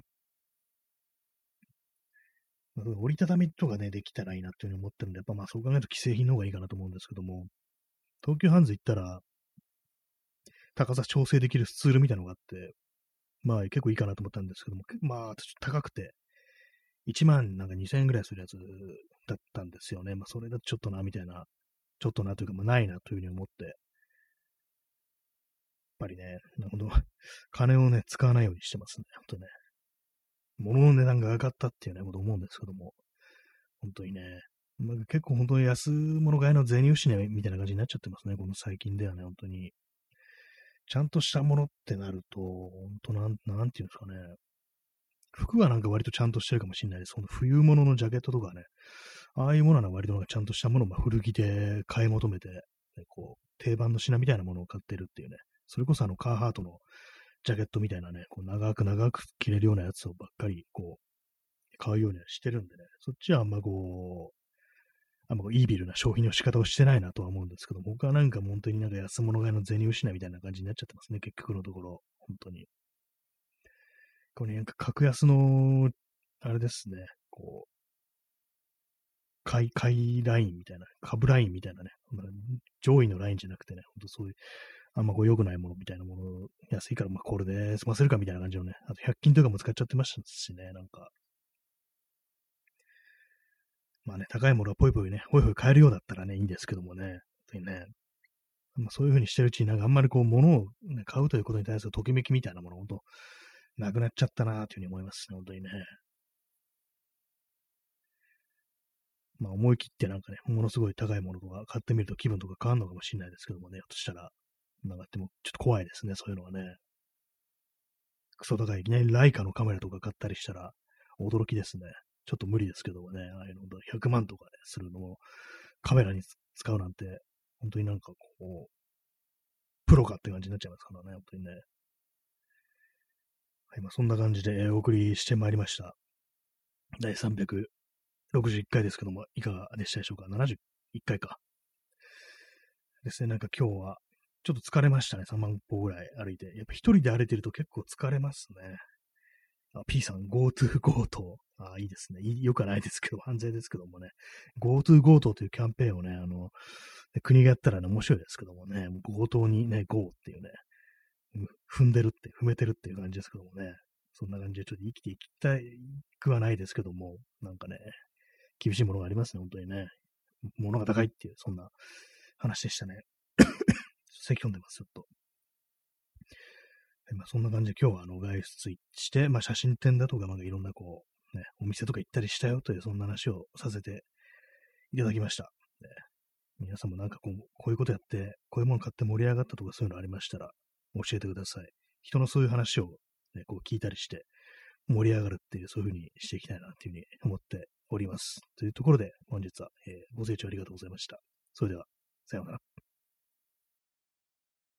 まあ折りたたみとかね、できたらいいなっていうふうに思ってるんで、やっぱまあそう考えると既製品の方がいいかなと思うんですけども、東急ハンズ行ったら、高さ調整できるスツールみたいなのがあって、まあ結構いいかなと思ったんですけども、まあちょっと高くて、1万なんか2000円ぐらいするやつだったんですよね。まあそれだとちょっとな、みたいな、ちょっとなというか、まあないなというふうに思って、やっぱりね、ほんと、金をね、使わないようにしてますね。ほんとね。物の値段が上がったっていうね、こと思うんですけども、本当にね、まあ、結構本当に安物買いの銭失いみたいな感じになっちゃってますね、この最近ではね、本当に。ちゃんとしたものってなると、本当なんていうんですかね。服はなんか割とちゃんとしてるかもしれないです。その冬物のジャケットとかね、ああいうものは割となんかちゃんとしたものをまあ古着で買い求めて、ね、こう、定番の品みたいなものを買ってるっていうね。それこそカーハートのジャケットみたいなね、こう長く長く着れるようなやつをばっかり、こう、買うようにはしてるんでね。そっちはあんまこう、あんまこうイービルな消費の仕方をしてないなとは思うんですけども、他はなんか本当になんか安物買いの銭失いみたいな感じになっちゃってますね、結局のところ。本当に。これなんか格安の、あれですね、こう、買いラインみたいな、株ラインみたいなね、上位のラインじゃなくてね、ほんとそういう、あんまこう良くないものみたいなもの、安いからまあこれで済ませるかみたいな感じのね、あと100均とかも使っちゃってましたしね、なんか、まあね、高いものはぽいぽいね、ほいほい買えるようだったらね、いいんですけどもね、本当にね、まあ、そういう風にしてるうちになんかあんまりこう物を、ね、買うということに対するときめきみたいなもの、本当なくなっちゃったなというふうに思いますね、本当にね。まあ思い切ってなんかね、ものすごい高いものとか買ってみると気分とか変わるのかもしれないですけどもね、ひょっとしたら。なんかでもちょっと怖いですね、そういうのはね。クソ高い、いきなりライカのカメラとか買ったりしたら驚きですね。ちょっと無理ですけどもね、ああいうの100万とかね、するのもカメラに使うなんて、本当になんかこう、プロかって感じになっちゃいますからね、本当にね。はい、まあそんな感じでお送りしてまいりました。第361回ですけども、いかがでしたでしょうか？ 71 回か。ですね、なんか今日は、ちょっと疲れましたね。3万歩ぐらい歩いて。やっぱ一人で歩いてると結構疲れますね。P さん、GoTo 強盗。いいですね。よくはないですけど、犯罪ですけどもね。GoTo 強盗というキャンペーンをね、国がやったらね、面白いですけどもね、もう強盗にね、Go っていうね、踏めてるっていう感じですけどもね。そんな感じでちょっと生きていきたくはないですけども、なんかね、厳しいものがありますね、本当にね。物が高いっていう、そんな話でしたね。咳込んでます、ちょっと。まあ、そんな感じで今日は外出して、まあ、写真展だとか、なんかいろんなこう、ね、お店とか行ったりしたよという、そんな話をさせていただきました。ね、皆さんもなんかこういうことやって、こういうもの買って盛り上がったとかそういうのありましたら、教えてください。人のそういう話を、ね、こう聞いたりして、盛り上がるっていう、そういうふうにしていきたいなっていうふうに思っております。というところで、本日は、ご清聴ありがとうございました。それでは、さようなら。